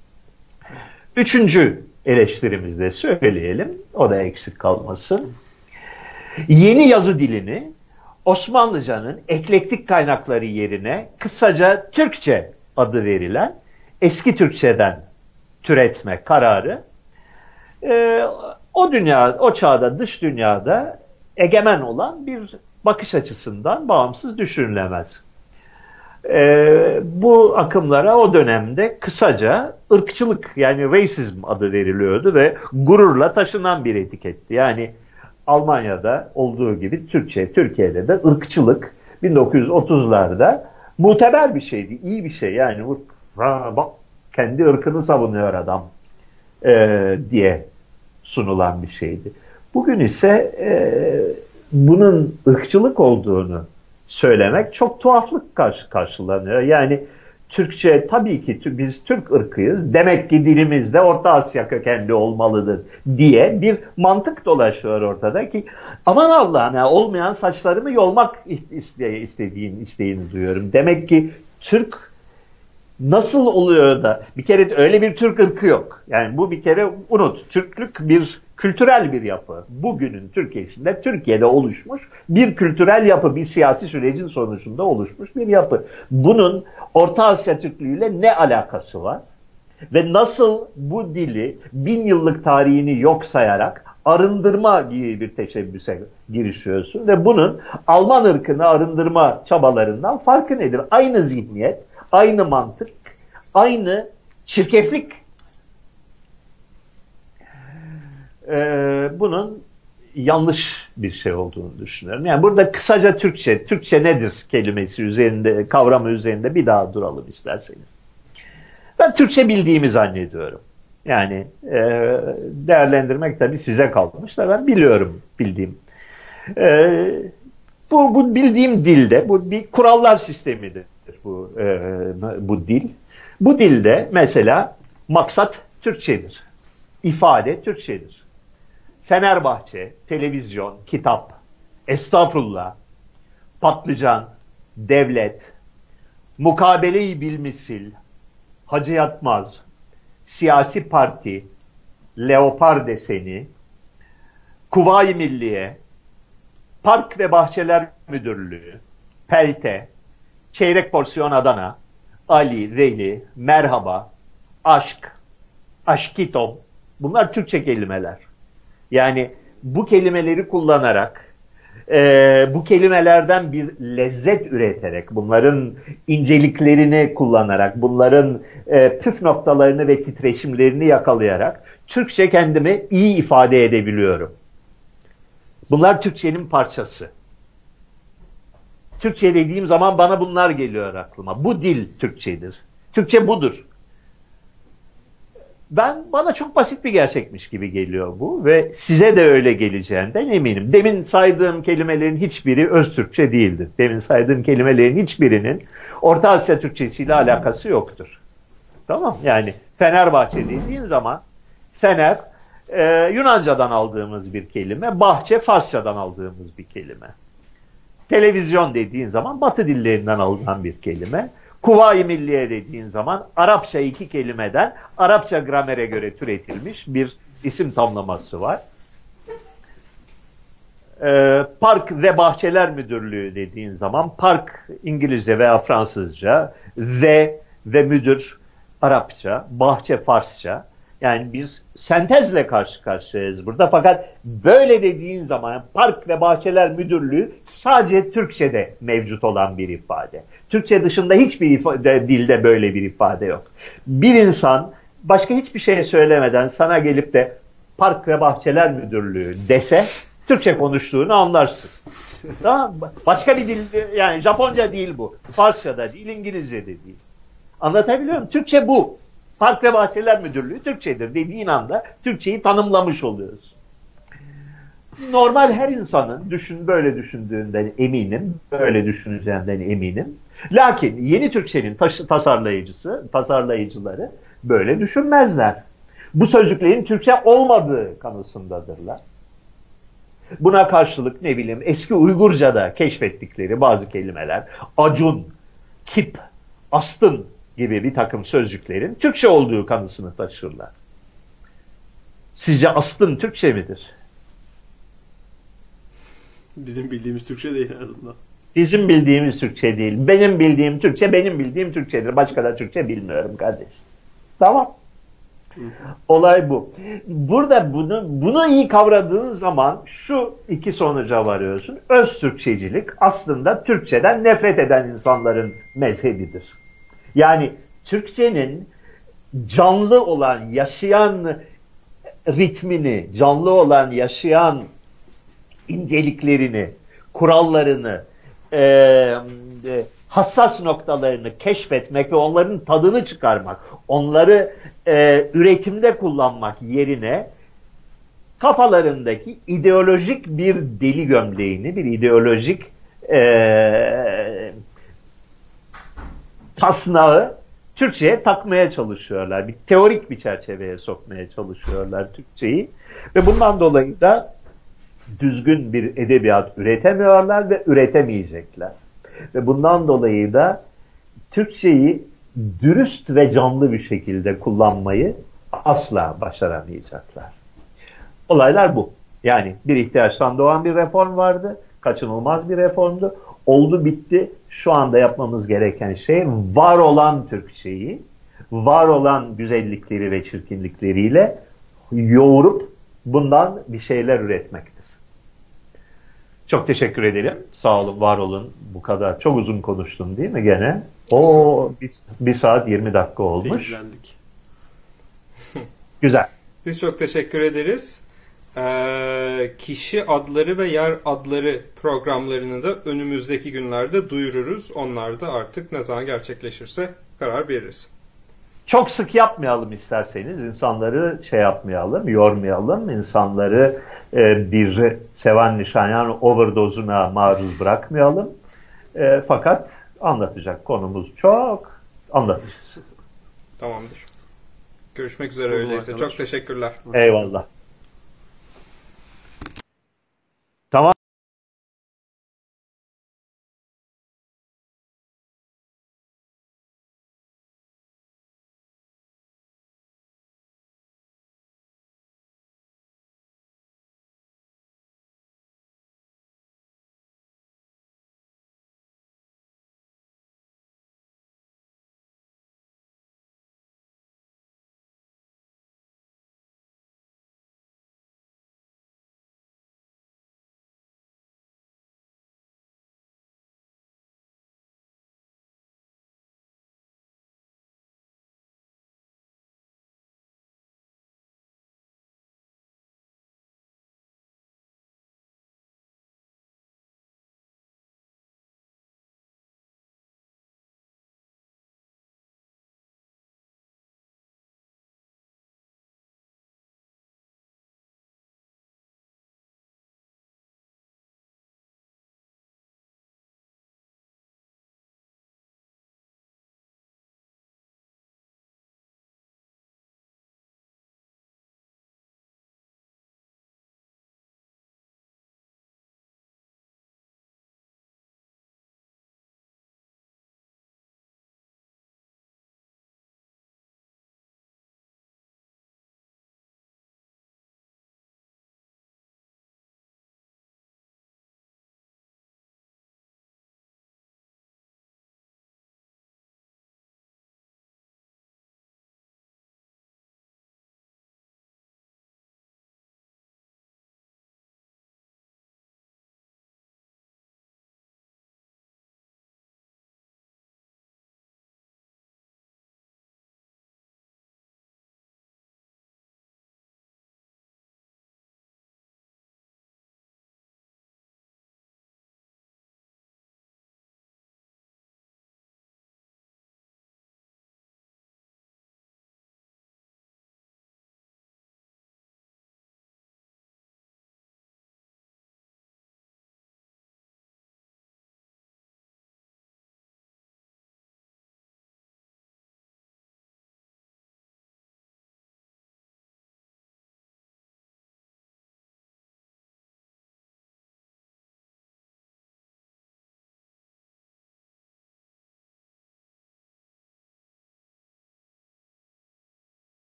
Üçüncü eleştirimizde söyleyelim, o da eksik kalmasın. Yeni yazı dilini Osmanlıcanın eklektik kaynakları yerine kısaca Türkçe adı verilen eski Türkçeden türetme kararı e, o dünya, o çağda, dış dünyada egemen olan bir bakış açısından bağımsız düşünülemez. E, bu akımlara o dönemde kısaca ırkçılık yani racism adı veriliyordu ve gururla taşınan bir etiketti. Yani Almanya'da olduğu gibi Türkçe, Türkiye'de de ırkçılık bin dokuz yüz otuzlarda muteber bir şeydi, iyi bir şey. Yani ha, bak kendi ırkını savunuyor adam e, diye sunulan bir şeydi. Bugün ise e, bunun ırkçılık olduğunu söylemek çok tuhaflık karşı karşılanıyor. Yani Türkçe tabii ki biz Türk ırkıyız. Demek ki dilimiz de Orta Asya kökenli olmalıdır diye bir mantık dolaşıyor ortada ki aman Allah'ım ya olmayan saçlarımı yolmak iste, istediğin isteğini duyuyorum. Demek ki Türk nasıl oluyor da bir kere öyle bir Türk ırkı yok. Yani bu bir kere unut. Türklük bir kültürel bir yapı. Bugünün Türkiye'sinde Türkiye'de oluşmuş bir kültürel yapı, bir siyasi sürecin sonucunda oluşmuş bir yapı. Bunun Orta Asya Türklüğüyle ne alakası var? Ve nasıl bu dili bin yıllık tarihini yok sayarak arındırma gibi bir teşebbüse girişiyorsun ve bunun Alman ırkını arındırma çabalarından farkı nedir? Aynı zihniyet, aynı mantık, aynı çirkeflik. Ee, bunun yanlış bir şey olduğunu düşünüyorum. Yani burada kısaca Türkçe, Türkçe nedir kelimesi üzerinde, kavramı üzerinde bir daha duralım isterseniz. Ben Türkçe bildiğimi zannediyorum. Yani e, değerlendirmek tabii size kalmış da ben biliyorum bildiğim. E, bu, bu bildiğim dilde, bu bir kurallar sistemidir bu, e, bu dil. Bu dilde mesela maksat Türkçedir. İfade Türkçedir. Fenerbahçe, televizyon, kitap, estağfurullah, patlıcan, devlet, mukabele-i bilmisil, Hacı Yatmaz, siyasi parti, leopar deseni, Kuvayi Milliye, Park ve Bahçeler Müdürlüğü, Pelte, çeyrek porsiyon Adana, Ali, Veli, merhaba, aşk, aşkitom, bunlar Türkçe kelimeler. Yani bu kelimeleri kullanarak, e, bu kelimelerden bir lezzet üreterek, bunların inceliklerini kullanarak, bunların e, püf noktalarını ve titreşimlerini yakalayarak Türkçe kendimi iyi ifade edebiliyorum. Bunlar Türkçenin parçası. Türkçe dediğim zaman bana bunlar geliyor aklıma. Bu dil Türkçedir. Türkçe budur. Ben bana çok basit bir gerçekmiş gibi geliyor bu ve size de öyle geleceğinden eminim. Demin saydığım kelimelerin hiçbiri öz Türkçe değildir. Demin saydığım kelimelerin hiçbirinin Orta Asya Türkçesiyle alakası yoktur. Tamam, yani Fenerbahçe dediğin zaman Fener e, Yunanca'dan aldığımız bir kelime, bahçe Farsçadan aldığımız bir kelime. Televizyon dediğin zaman Batı dillerinden alınan bir kelime. Kuvayi Milliye dediğin zaman Arapça iki kelimeden Arapça gramere göre türetilmiş bir isim tamlaması var. Ee, Park ve Bahçeler Müdürlüğü dediğin zaman park İngilizce veya Fransızca, ve ve müdür Arapça, bahçe Farsça. Yani bir sentezle karşı karşıyayız burada. Fakat böyle dediğin zaman Park ve Bahçeler Müdürlüğü sadece Türkçe'de mevcut olan bir ifade. Türkçe dışında hiçbir ifade, dilde böyle bir ifade yok. Bir insan başka hiçbir şey söylemeden sana gelip de Park ve Bahçeler Müdürlüğü dese Türkçe konuştuğunu anlarsın. Tamam mı? Başka bir dil, yani Japonca değil bu. Farsça da değil, İngilizce de değil. Anlatabiliyor muyum? Türkçe bu. Park ve Bahçeler Müdürlüğü Türkçedir dediğin anda Türkçeyi tanımlamış oluyoruz. Normal her insanın düşün böyle düşündüğünden eminim, böyle düşüneceğinden eminim. Lakin yeni Türkçenin taş- tasarlayıcısı, tasarlayıcıları böyle düşünmezler. Bu sözcüklerin Türkçe olmadığı kanısındadırlar. Buna karşılık ne bileyim eski Uygurca'da keşfettikleri bazı kelimeler, acun, kip, astın gibi bir takım sözcüklerin Türkçe olduğu kanısını taşırlar. Sizce astın Türkçe midir? Bizim bildiğimiz Türkçe değil en azından. Bizim bildiğimiz Türkçe değil. Benim bildiğim Türkçe, benim bildiğim Türkçedir. Başka da Türkçe bilmiyorum kardeş. Tamam. Olay bu. Burada bunu, bunu iyi kavradığın zaman şu iki sonuca varıyorsun. Öz Türkçecilik aslında Türkçeden nefret eden insanların mezhebidir. Yani Türkçenin canlı olan, yaşayan ritmini, canlı olan, yaşayan inceliklerini, kurallarını, e, e, hassas noktalarını keşfetmek ve onların tadını çıkarmak, onları e, üretimde kullanmak yerine kafalarındaki ideolojik bir deli gömleğini, bir ideolojik e, tasnağı Türkçe'ye takmaya çalışıyorlar. Bir teorik bir çerçeveye sokmaya çalışıyorlar Türkçeyi ve bundan dolayı da düzgün bir edebiyat üretemiyorlar ve üretemeyecekler. Ve bundan dolayı da Türkçeyi dürüst ve canlı bir şekilde kullanmayı asla başaramayacaklar. Olaylar bu. Yani bir ihtiyaçtan doğan bir reform vardı. Kaçınılmaz bir reformdu. Oldu bitti. Şu anda yapmamız gereken şey var olan Türkçeyi, var olan güzellikleri ve çirkinlikleriyle yoğurup bundan bir şeyler üretmektir. Çok teşekkür ederim. Sağ olun, var olun. Bu kadar. Çok uzun konuştum değil mi gene? O bir, bir saat yirmi dakika olmuş. Bilgilendik. Güzel. Biz çok teşekkür ederiz. Ee, kişi adları ve yer adları programlarını da önümüzdeki günlerde duyururuz. Onlar da artık ne zaman gerçekleşirse karar veririz. Çok sık yapmayalım isterseniz. İnsanları şey yapmayalım, yormayalım. İnsanları e, bir Sevan Nişanyan overdozuna maruz bırakmayalım. E, fakat anlatacak konumuz çok. Anlatırız. Tamamdır. Görüşmek üzere öyleyse. Çok teşekkürler. Eyvallah. Tamam.